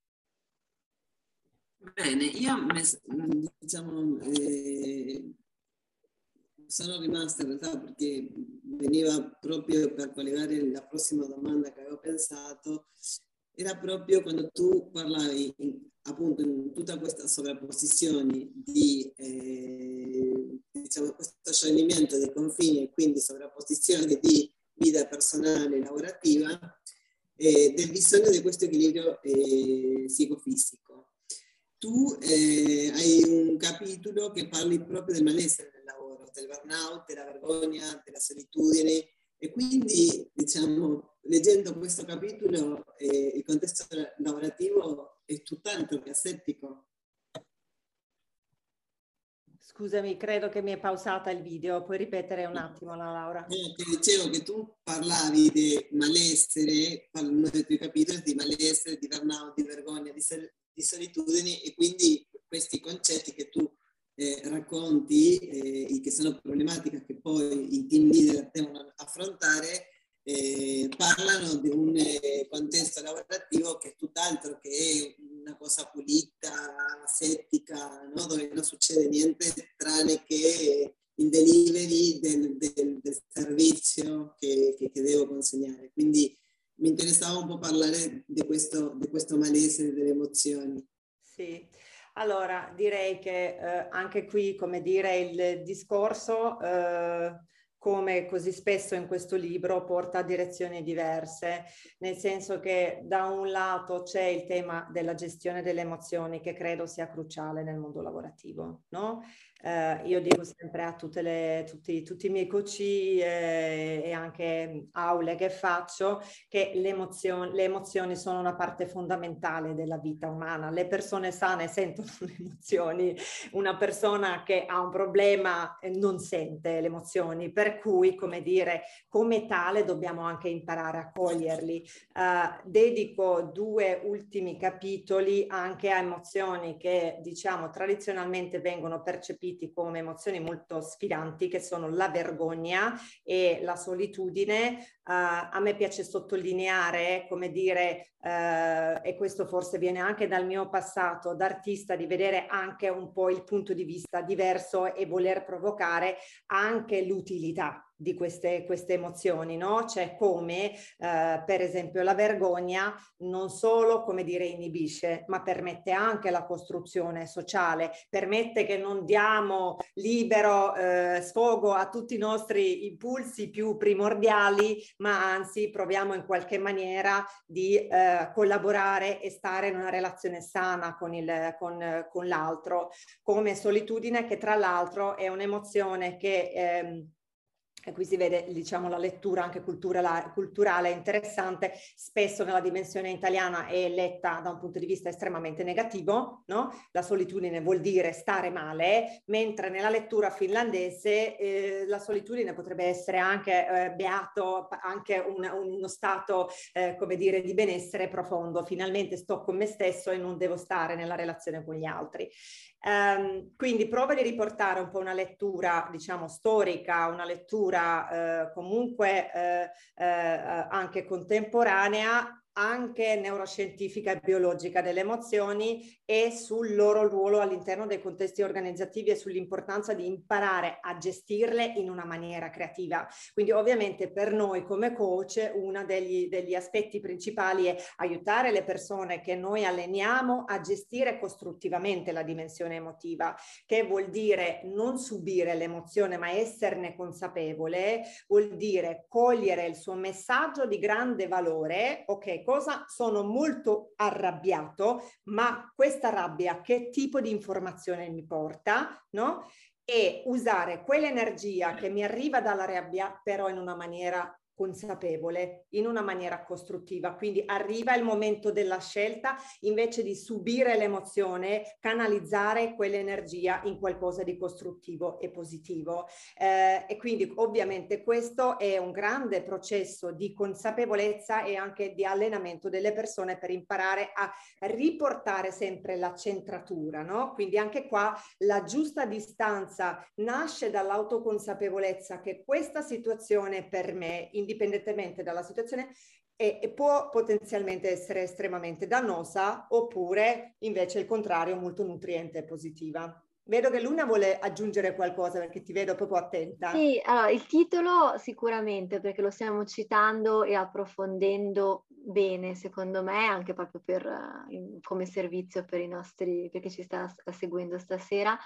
Bene, io diciamo, eh, sono rimasta in realtà perché veniva proprio per collegare la prossima domanda che avevo pensato, era proprio quando tu parlavi in, appunto in tutta questa sovrapposizione di eh, diciamo, questo scioglimento dei confini e quindi sovrapposizione di vita personale e lavorativa, eh, del bisogno di questo equilibrio eh, psicofisico. Tu eh, hai un capitolo che parli proprio del malessere del lavoro, del burnout, della vergogna, della solitudine, e quindi, diciamo, leggendo questo capitolo, eh, il contesto lavorativo è tutt'altro che asettico. Scusami, credo che mi è pausata il video, puoi ripetere un attimo, Laura? No, ti dicevo che tu parlavi di malessere, uno dei tuoi capitoli di malessere, di burnout, di vergogna, di, di solitudine, e quindi questi concetti che tu eh, racconti, eh, che sono problematiche che poi i team leader devono affrontare, eh, parlano di un eh, contesto lavorativo che è tutt'altro che una cosa pulita, asettica, no? Dove non succede niente tranne che il delivery del, del, del servizio che, che, che devo consegnare. Quindi mi interessava un po' parlare di questo, di questo malessere delle emozioni. Sì, allora direi che eh, anche qui, come dire, il discorso, eh, come così spesso in questo libro, porta a direzioni diverse, nel senso che da un lato c'è il tema della gestione delle emozioni, che credo sia cruciale nel mondo lavorativo, no? Eh, io dico sempre a tutte le, tutti, tutti i miei coach eh, e anche aule che faccio che le emozioni, le emozioni sono una parte fondamentale della vita umana. Le persone sane sentono le emozioni, una persona che ha un problema non sente le emozioni, per cui, come dire, come tale dobbiamo anche imparare a coglierli. Uh, dedico due ultimi capitoli anche a emozioni che, diciamo, tradizionalmente vengono percepite come emozioni molto sfidanti, che sono la vergogna e la solitudine. Uh, a me piace sottolineare, come dire, uh, e questo forse viene anche dal mio passato d'artista, di vedere anche un po' il punto di vista diverso e voler provocare anche l'utilità scelta di queste, queste emozioni, no? C'è come, eh, per esempio, la vergogna non solo, come dire, inibisce, ma permette anche la costruzione sociale, permette che non diamo libero eh, sfogo a tutti i nostri impulsi più primordiali, ma anzi proviamo in qualche maniera di eh, collaborare e stare in una relazione sana con, il, con, con l'altro, come solitudine, che tra l'altro è un'emozione che ehm, e qui si vede, diciamo, la lettura anche culturale, culturale interessante. Spesso nella dimensione italiana è letta da un punto di vista estremamente negativo, no? La solitudine vuol dire stare male, mentre nella lettura finlandese eh, la solitudine potrebbe essere anche eh, beato, anche un, uno stato, eh, come dire, di benessere profondo. Finalmente sto con me stesso e non devo stare nella relazione con gli altri. Um, quindi prova di riportare un po' una lettura, diciamo, storica, una lettura eh, comunque eh, eh, anche contemporanea, anche neuroscientifica e biologica delle emozioni, e sul loro ruolo all'interno dei contesti organizzativi e sull'importanza di imparare a gestirle in una maniera creativa. Quindi ovviamente per noi come coach uno degli, degli aspetti principali è aiutare le persone che noi alleniamo a gestire costruttivamente la dimensione emotiva, che vuol dire non subire l'emozione ma esserne consapevole, vuol dire cogliere il suo messaggio di grande valore. Ok, cosa sono molto arrabbiato, ma questa rabbia che tipo di informazione mi porta, no? E usare quell'energia che mi arriva dalla rabbia però in una maniera consapevole, in una maniera costruttiva. Quindi arriva il momento della scelta, invece di subire l'emozione, canalizzare quell'energia in qualcosa di costruttivo e positivo. Eh, e quindi ovviamente questo è un grande processo di consapevolezza e anche di allenamento delle persone per imparare a riportare sempre la centratura, no? Quindi anche qua la giusta distanza nasce dall'autoconsapevolezza che questa situazione per me, indipendentemente dalla situazione, e, e può potenzialmente essere estremamente dannosa, oppure invece il contrario, molto nutriente e positiva. Vedo che Luna vuole aggiungere qualcosa perché ti vedo proprio attenta. Sì, allora il titolo sicuramente, perché lo stiamo citando e approfondendo bene, secondo me, anche proprio per, uh, come servizio per i nostri, per chi ci sta seguendo stasera.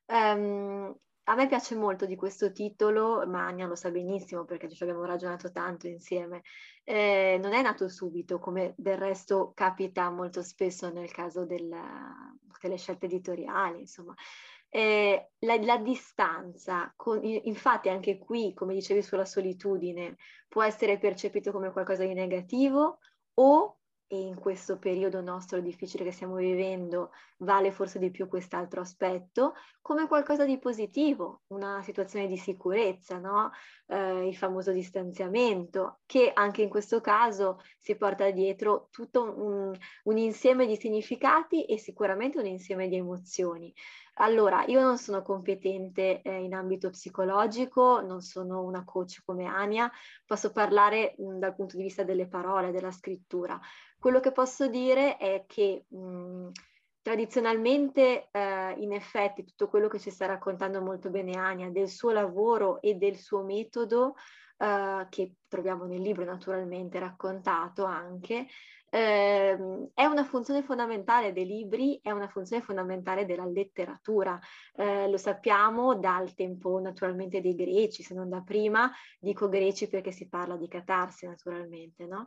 Um, a me piace molto di questo titolo, ma Ania lo sa benissimo perché ci abbiamo ragionato tanto insieme. Eh, non è nato subito, come del resto capita molto spesso nel caso della, delle scelte editoriali, insomma. Eh, la, la distanza, con, infatti anche qui, come dicevi sulla solitudine, può essere percepito come qualcosa di negativo o, e in questo periodo nostro difficile che stiamo vivendo, vale forse di più quest'altro aspetto, come qualcosa di positivo, una situazione di sicurezza, no? Eh, il famoso distanziamento, che anche in questo caso si porta dietro tutto un, un insieme di significati e sicuramente un insieme di emozioni. Allora, io non sono competente eh, in ambito psicologico, non sono una coach come Ania, posso parlare mh, dal punto di vista delle parole, della scrittura. Quello che posso dire è che mh, tradizionalmente, eh, in effetti, tutto quello che ci sta raccontando molto bene Ania del suo lavoro e del suo metodo, eh, che troviamo nel libro naturalmente raccontato anche, eh, è una funzione fondamentale dei libri, è una funzione fondamentale della letteratura. Eh, lo sappiamo dal tempo naturalmente dei greci, se non da prima, dico greci perché si parla di catarsi naturalmente, no?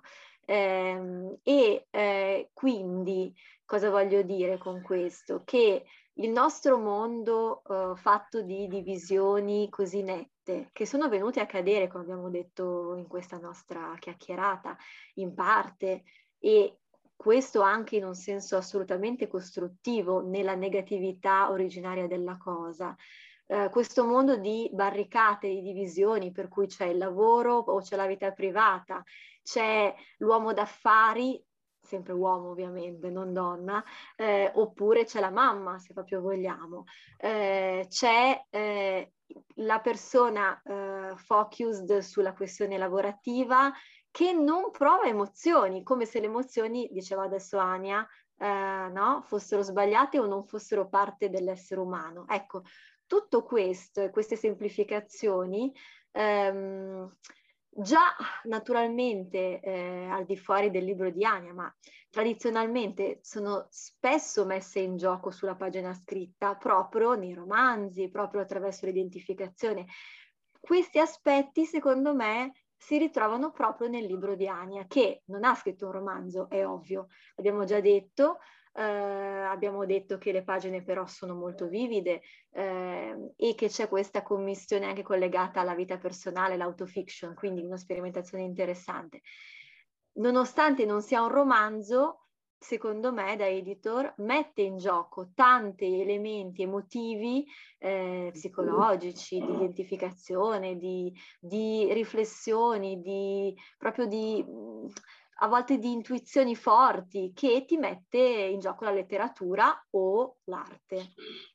Eh, e eh, quindi cosa voglio dire con questo? Che il nostro mondo eh, fatto di divisioni così nette, che sono venute a cadere, come abbiamo detto in questa nostra chiacchierata, in parte, e questo anche in un senso assolutamente costruttivo, nella negatività originaria della cosa. Uh, questo mondo di barricate, di divisioni, per cui c'è il lavoro o c'è la vita privata, c'è l'uomo d'affari, sempre uomo ovviamente, non donna, eh, oppure c'è la mamma, se proprio vogliamo, eh, c'è eh, la persona eh, focused sulla questione lavorativa che non prova emozioni, come se le emozioni, diceva adesso Ania, eh, no, fossero sbagliate o non fossero parte dell'essere umano. Ecco, tutto questo e queste semplificazioni ehm, già naturalmente eh, al di fuori del libro di Ania, ma tradizionalmente sono spesso messe in gioco sulla pagina scritta proprio nei romanzi, proprio attraverso l'identificazione. Questi aspetti, secondo me, si ritrovano proprio nel libro di Ania, che non ha scritto un romanzo, è ovvio, l'abbiamo già detto. Eh, abbiamo detto che le pagine però sono molto vivide eh, e che c'è questa commissione anche collegata alla vita personale, l'autofiction, quindi una sperimentazione interessante. Nonostante non sia un romanzo, secondo me da editor mette in gioco tanti elementi emotivi, eh, psicologici, di identificazione, di, di riflessioni, di proprio di a volte di intuizioni forti, che ti mette in gioco la letteratura o l'arte.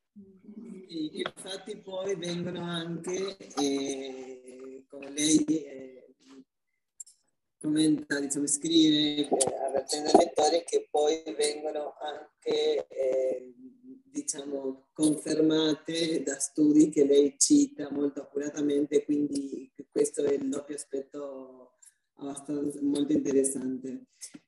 Infatti poi vengono anche, eh, come lei eh, commenta, diciamo, scrive, eh, avvertendo il lettore, che poi vengono anche, eh, diciamo, confermate da studi che lei cita molto accuratamente, quindi questo è il doppio aspetto abbastanza molto interessante.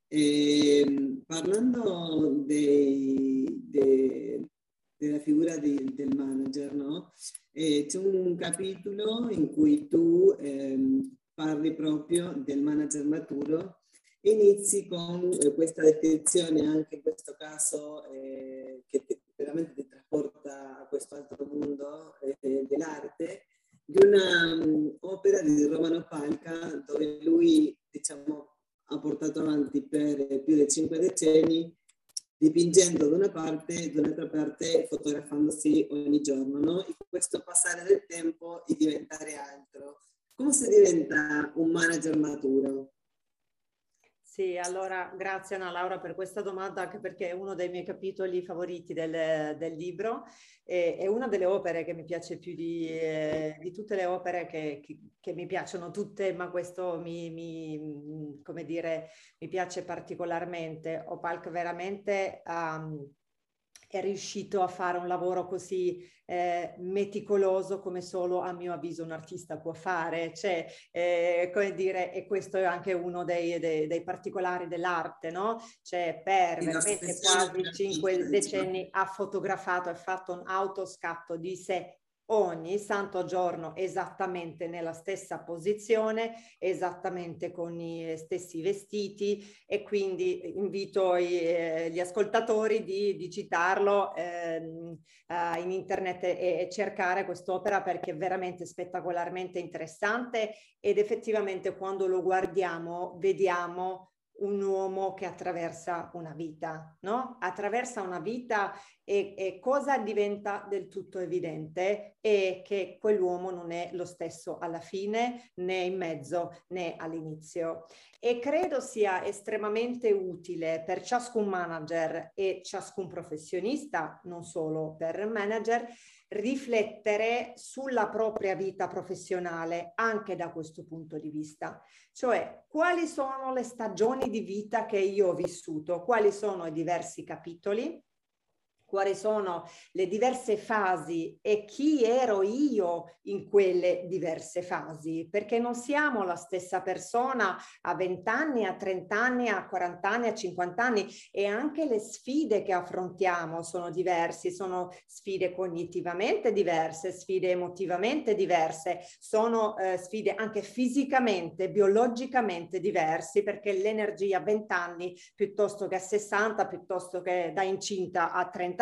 E, parlando dei, dei, della figura di, del manager, no? E c'è un capitolo in cui tu ehm, parli proprio del manager maturo e inizi con eh, questa descrizione, anche in questo caso, eh, che ti, veramente ti trasporta a questo altro mondo eh, dell'arte, di una um, opera di Romano Palca, dove lui, diciamo, ha portato avanti per più di cinque decenni, dipingendo da una parte e dall'altra parte fotografandosi ogni giorno, no? E questo passare del tempo e diventare altro. Come si diventa un manager maturo? Sì, allora grazie Anna Laura per questa domanda, anche perché è uno dei miei capitoli favoriti del, del libro e è una delle opere che mi piace più di, eh, di tutte le opere che, che, che mi piacciono tutte, ma questo mi, mi, come dire, mi piace particolarmente. Opalk veramente um, è riuscito a fare un lavoro così eh, meticoloso come solo a mio avviso un artista può fare, cioè eh, come dire, e questo è anche uno dei, dei, dei particolari dell'arte, no? Cioè per veramente quasi cinque decenni ha fotografato e fatto un autoscatto di sé ogni santo giorno esattamente nella stessa posizione, esattamente con i stessi vestiti, e quindi invito i, eh, gli ascoltatori di, di citarlo ehm, uh, in internet e, e cercare quest'opera, perché è veramente spettacolarmente interessante ed effettivamente quando lo guardiamo vediamo un uomo che attraversa una vita, no? Attraversa una vita e, e cosa diventa del tutto evidente è che quell'uomo non è lo stesso alla fine, né in mezzo, né all'inizio. E credo sia estremamente utile per ciascun manager e ciascun professionista, non solo per il manager, riflettere sulla propria vita professionale anche da questo punto di vista. Cioè, quali sono le stagioni di vita che io ho vissuto, quali sono i diversi capitoli, quali sono le diverse fasi e chi ero io in quelle diverse fasi, perché non siamo la stessa persona a venti anni, a trenta anni, a quaranta anni, a cinquanta anni, e anche le sfide che affrontiamo sono diverse, sono sfide cognitivamente diverse, sfide emotivamente diverse, sono eh, sfide anche fisicamente, biologicamente diverse, perché l'energia a venti anni piuttosto che a sessanta, piuttosto che da incinta a trenta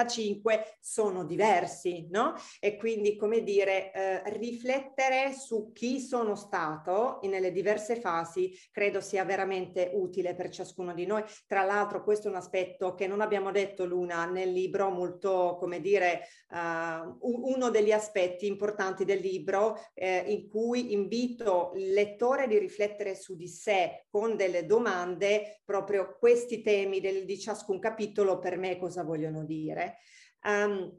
sono diversi, no? E quindi, come dire, eh, riflettere su chi sono stato nelle diverse fasi credo sia veramente utile per ciascuno di noi. Tra l'altro questo è un aspetto che non abbiamo detto, Luna, nel libro, molto, come dire, uh, uno degli aspetti importanti del libro eh, in cui invito il lettore di riflettere su di sé con delle domande, proprio questi temi del, di ciascun capitolo per me cosa vogliono dire. Um,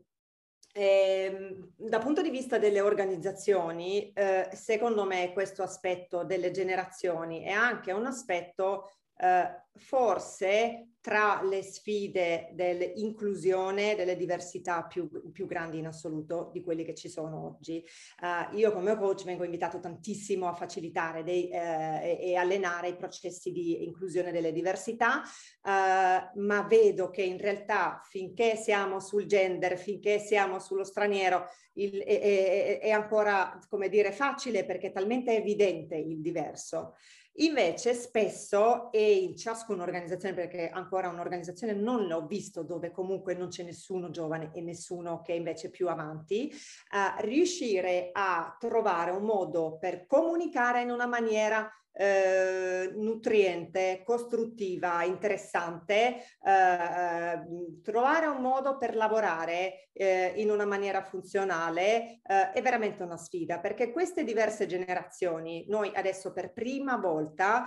ehm, dal punto di vista delle organizzazioni, eh, secondo me questo aspetto delle generazioni è anche un aspetto eh, forse tra le sfide dell'inclusione, delle diversità più, più grandi in assoluto di quelli che ci sono oggi. Uh, io come coach vengo invitato tantissimo a facilitare dei, eh, e allenare i processi di inclusione delle diversità, uh, ma vedo che in realtà finché siamo sul gender, finché siamo sullo straniero, il, è, è, è ancora, come dire, facile perché è talmente evidente il diverso. Invece spesso, e in ciascuna organizzazione, perché ancora un'organizzazione non l'ho visto dove comunque non c'è nessuno giovane e nessuno che è invece più avanti, uh, riuscire a trovare un modo per comunicare in una maniera Eh, nutriente, costruttiva, interessante, eh, trovare un modo per lavorare eh, in una maniera funzionale eh, è veramente una sfida, perché queste diverse generazioni, noi adesso per prima volta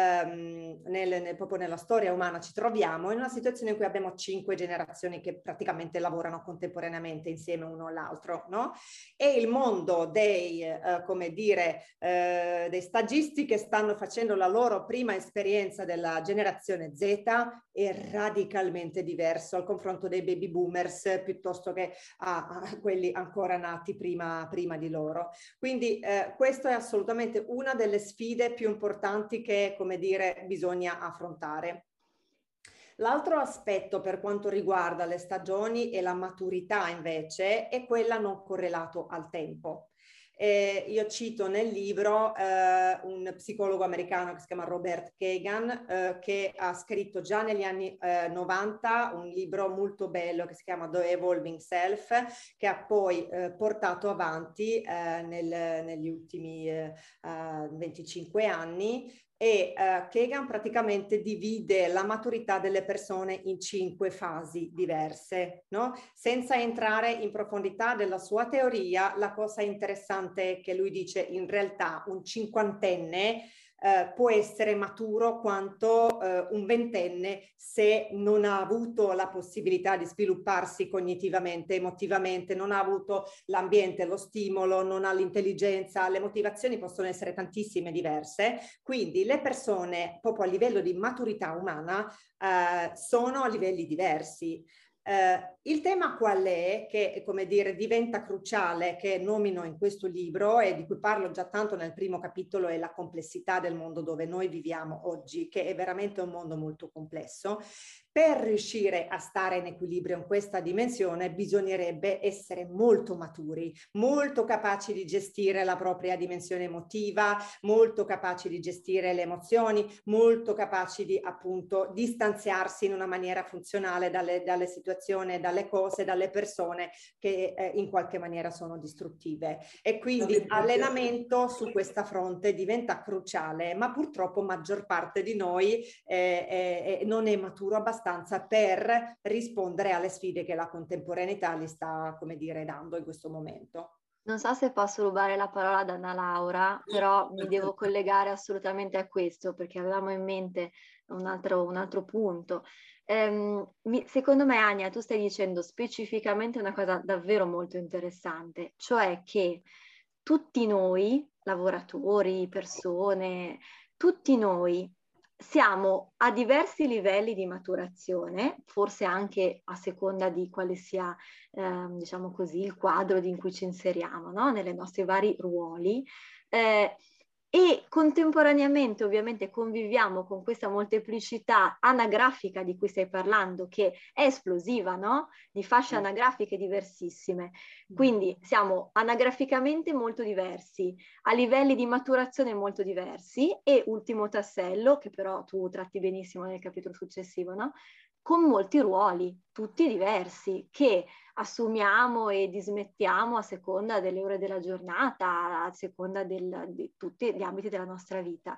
ehm, nel, nel, proprio nella storia umana ci troviamo in una situazione in cui abbiamo cinque generazioni che praticamente lavorano contemporaneamente insieme uno all'altro, no? E il mondo dei, eh, come dire, eh, dei stagisti che stanno facendo la loro prima esperienza della generazione Z è radicalmente diverso al confronto dei baby boomers piuttosto che a, a quelli ancora nati prima, prima di loro. Quindi eh, questo è assolutamente una delle sfide più importanti che, come dire, bisogna affrontare. L'altro aspetto per quanto riguarda le stagioni e la maturità invece è quella non correlato al tempo. Eh, io cito nel libro eh, un psicologo americano che si chiama Robert Kagan eh, che ha scritto già negli anni eh, novanta un libro molto bello che si chiama The Evolving Self, che ha poi eh, portato avanti eh, nel, negli ultimi eh, venticinque anni. E uh, Kagan praticamente divide la maturità delle persone in cinque fasi diverse, no? Senza entrare in profondità della sua teoria, la cosa interessante è che lui dice in realtà un cinquantenne Uh, può essere maturo quanto uh, un ventenne se non ha avuto la possibilità di svilupparsi cognitivamente, emotivamente, non ha avuto l'ambiente, lo stimolo, non ha l'intelligenza, le motivazioni possono essere tantissime diverse, quindi le persone proprio a livello di maturità umana uh, sono a livelli diversi. Uh, il tema qual è, che come dire diventa cruciale, che nomino in questo libro e di cui parlo già tanto nel primo capitolo, è la complessità del mondo dove noi viviamo oggi, che è veramente un mondo molto complesso. Per riuscire a stare in equilibrio in questa dimensione bisognerebbe essere molto maturi, molto capaci di gestire la propria dimensione emotiva, molto capaci di gestire le emozioni, molto capaci di appunto distanziarsi in una maniera funzionale dalle, dalle situazioni, dalle cose, dalle persone che eh, in qualche maniera sono distruttive. E quindi allenamento su questa fronte diventa cruciale, ma purtroppo maggior parte di noi eh, eh, non è maturo abbastanza per rispondere alle sfide che la contemporaneità gli sta, come dire, dando in questo momento. Non so se posso rubare la parola ad Anna Laura, però mi devo collegare assolutamente a questo perché avevamo in mente un altro, un altro punto. Ehm, mi, secondo me, Ania, tu stai dicendo specificamente una cosa davvero molto interessante, cioè che tutti noi, lavoratori, persone, tutti noi siamo a diversi livelli di maturazione, forse anche a seconda di quale sia, eh, diciamo così, il quadro in cui ci inseriamo, no? Nelle nostri vari ruoli. Eh, e contemporaneamente ovviamente conviviamo con questa molteplicità anagrafica di cui stai parlando, che è esplosiva, no? Di fasce anagrafiche diversissime. Quindi siamo anagraficamente molto diversi, a livelli di maturazione molto diversi e ultimo tassello, che però tu tratti benissimo nel capitolo successivo, no? Con molti ruoli, tutti diversi, che assumiamo e dismettiamo a seconda delle ore della giornata, a seconda del, di tutti gli ambiti della nostra vita.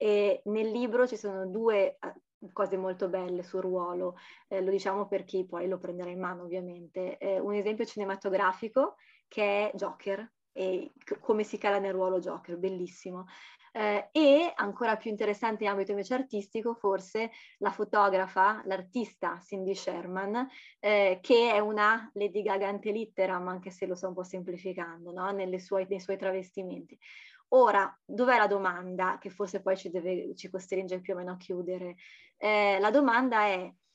E nel libro ci sono due cose molto belle sul ruolo, eh, lo diciamo per chi poi lo prenderà in mano ovviamente. Eh, un esempio cinematografico che è Joker, e c- come si cala nel ruolo Joker, bellissimo. Eh, e ancora più interessante in ambito invece artistico, forse la fotografa, l'artista Cindy Sherman, eh, che è una Lady Gaga ante litteram, anche se lo sto un po' semplificando, no? Nelle sue, nei suoi travestimenti. Ora, dov'è la domanda, che forse poi ci, deve, ci costringe più o meno a chiudere? Eh, la domanda è,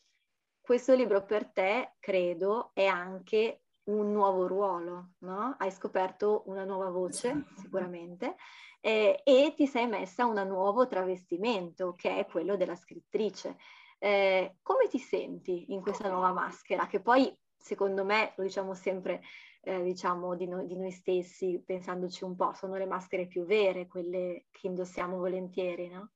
questo libro per te, credo, è anche un nuovo ruolo, no? Hai scoperto una nuova voce, sicuramente, eh, e ti sei messa un nuovo travestimento, che è quello della scrittrice. Eh, come ti senti in questa nuova maschera? Che poi, secondo me, lo diciamo sempre, eh, diciamo, di, no- di noi stessi, pensandoci un po', sono le maschere più vere, quelle che indossiamo volentieri, no?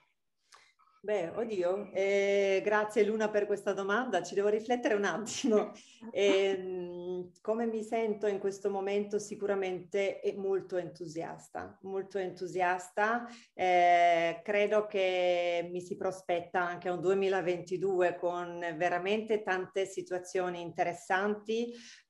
Beh, oddio, eh, grazie Luna per questa domanda, ci devo riflettere un attimo. Ehm, come mi sento in questo momento? Sicuramente è molto entusiasta, molto entusiasta. Eh, credo che mi si prospetta anche un duemilaventidue con veramente tante situazioni interessanti,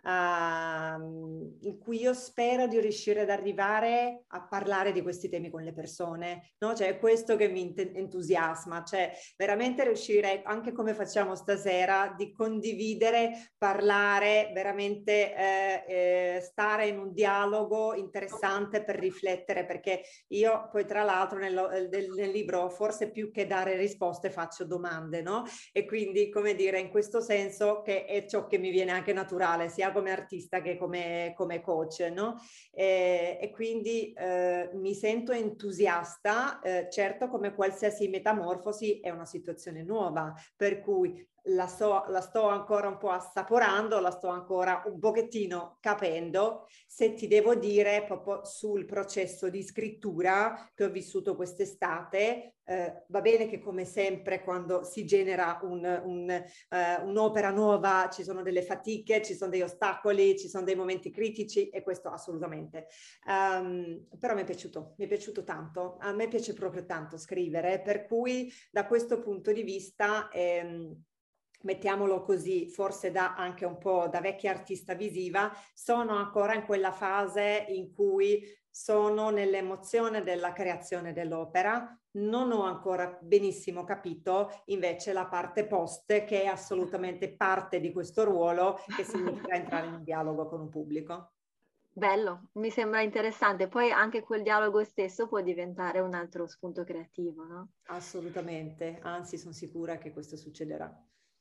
Uh, in cui io spero di riuscire ad arrivare a parlare di questi temi con le persone, no? Cioè è questo che mi entusiasma, cioè veramente riuscire, anche come facciamo stasera, di condividere, parlare, veramente eh, eh, stare in un dialogo interessante per riflettere, perché io poi tra l'altro nel, nel, nel libro forse più che dare risposte faccio domande, no? E quindi come dire, in questo senso che è ciò che mi viene anche naturale, sia come artista che come, come coach, no? E, e quindi eh, mi sento entusiasta, eh, certo come qualsiasi metamorfosi è una situazione nuova, per cui la sto, la sto ancora un po' assaporando, la sto ancora un pochettino capendo. Se ti devo dire proprio sul processo di scrittura che ho vissuto quest'estate, eh, va bene che come sempre quando si genera un, un, eh, un'opera nuova ci sono delle fatiche, ci sono degli ostacoli, ci sono dei momenti critici e questo assolutamente. Um, però mi è piaciuto, mi è piaciuto tanto, a me piace proprio tanto scrivere, per cui da questo punto di vista ehm, mettiamolo così, forse da anche un po' da vecchia artista visiva, sono ancora in quella fase in cui sono nell'emozione della creazione dell'opera, non ho ancora benissimo capito invece la parte post, che è assolutamente parte di questo ruolo, che significa entrare in un dialogo con un pubblico. Bello, mi sembra interessante. Poi anche quel dialogo stesso può diventare un altro spunto creativo, no? Assolutamente, anzi sono sicura che questo succederà.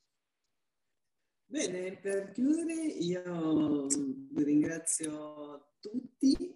Bene, per chiudere io vi ringrazio tutti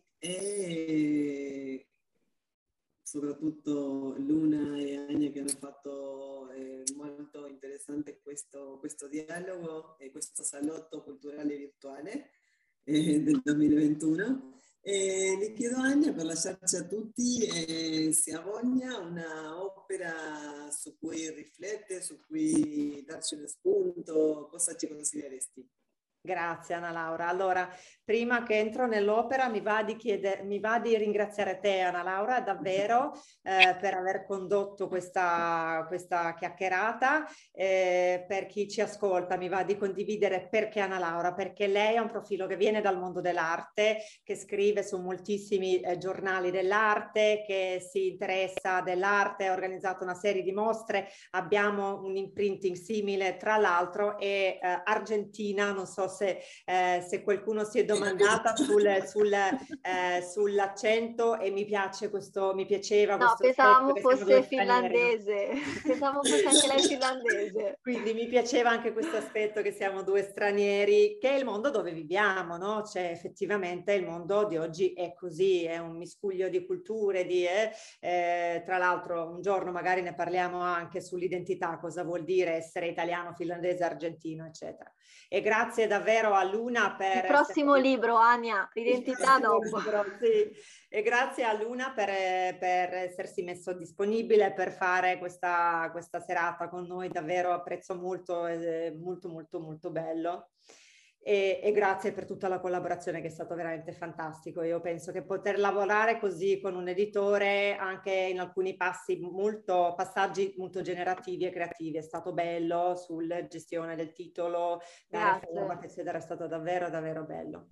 e soprattutto Luna e Ania che hanno fatto eh, molto interessante questo, questo dialogo e questo salotto culturale virtuale eh, del duemilaventuno. E le chiedo a Ania per lasciarci a tutti eh, se ha voglia una opera su cui riflettere, su cui darci uno spunto, cosa ci consiglieresti? Grazie Anna Laura. Allora, prima che entro nell'opera mi va di, chiedere, mi va di ringraziare te Anna Laura davvero eh, per aver condotto questa, questa chiacchierata. Eh, per chi ci ascolta mi va di condividere perché Anna Laura, perché lei ha un profilo che viene dal mondo dell'arte, che scrive su moltissimi eh, giornali dell'arte, che si interessa dell'arte, ha organizzato una serie di mostre, abbiamo un imprinting simile tra l'altro, e eh, argentina, non so se, eh, se qualcuno si è domandata sul, sul, eh, sull'accento, e mi piace questo, mi piaceva No, questo pensavamo aspetto che siamo fosse due stranieri, no? finlandese, pensavamo fosse anche lei finlandese. Quindi mi piaceva anche questo aspetto che siamo due stranieri, che è il mondo dove viviamo, no? Cioè effettivamente il mondo di oggi è così, è un miscuglio di culture, di, eh, eh, tra l'altro un giorno magari ne parliamo anche sull'identità, cosa vuol dire essere italiano, finlandese, argentino, eccetera. E grazie davvero a Luna per... Il prossimo essere... libro, Ania, l'identità dopo. Libro, sì. E grazie a Luna per, per essersi messo disponibile per fare questa, questa serata con noi, davvero apprezzo molto, è molto molto molto bello. E, e grazie per tutta la collaborazione che è stato veramente fantastico. Io penso che poter lavorare così con un editore anche in alcuni passi molto, passaggi molto generativi e creativi è stato bello, sulla gestione del titolo, dare format eccetera, è stato davvero davvero bello.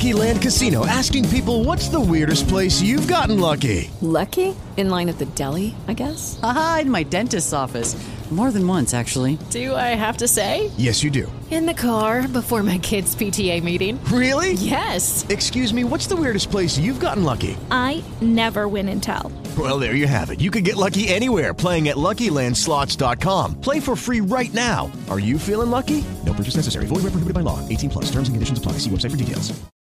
Lucky Land Casino, asking people, what's the weirdest place you've gotten lucky? Lucky? In line at the deli, I guess? Aha, in my dentist's office. More than once, actually. Do I have to say? Yes, you do. In the car before my kids' P T A meeting. Really? Yes. Excuse me, what's the weirdest place you've gotten lucky? I never win and tell. Well, there you have it. You can get lucky anywhere, playing at Lucky Land Slots dot com. Play for free right now. Are you feeling lucky? No purchase necessary. Void where prohibited by law. eighteen plus. Terms and conditions apply. See website for details.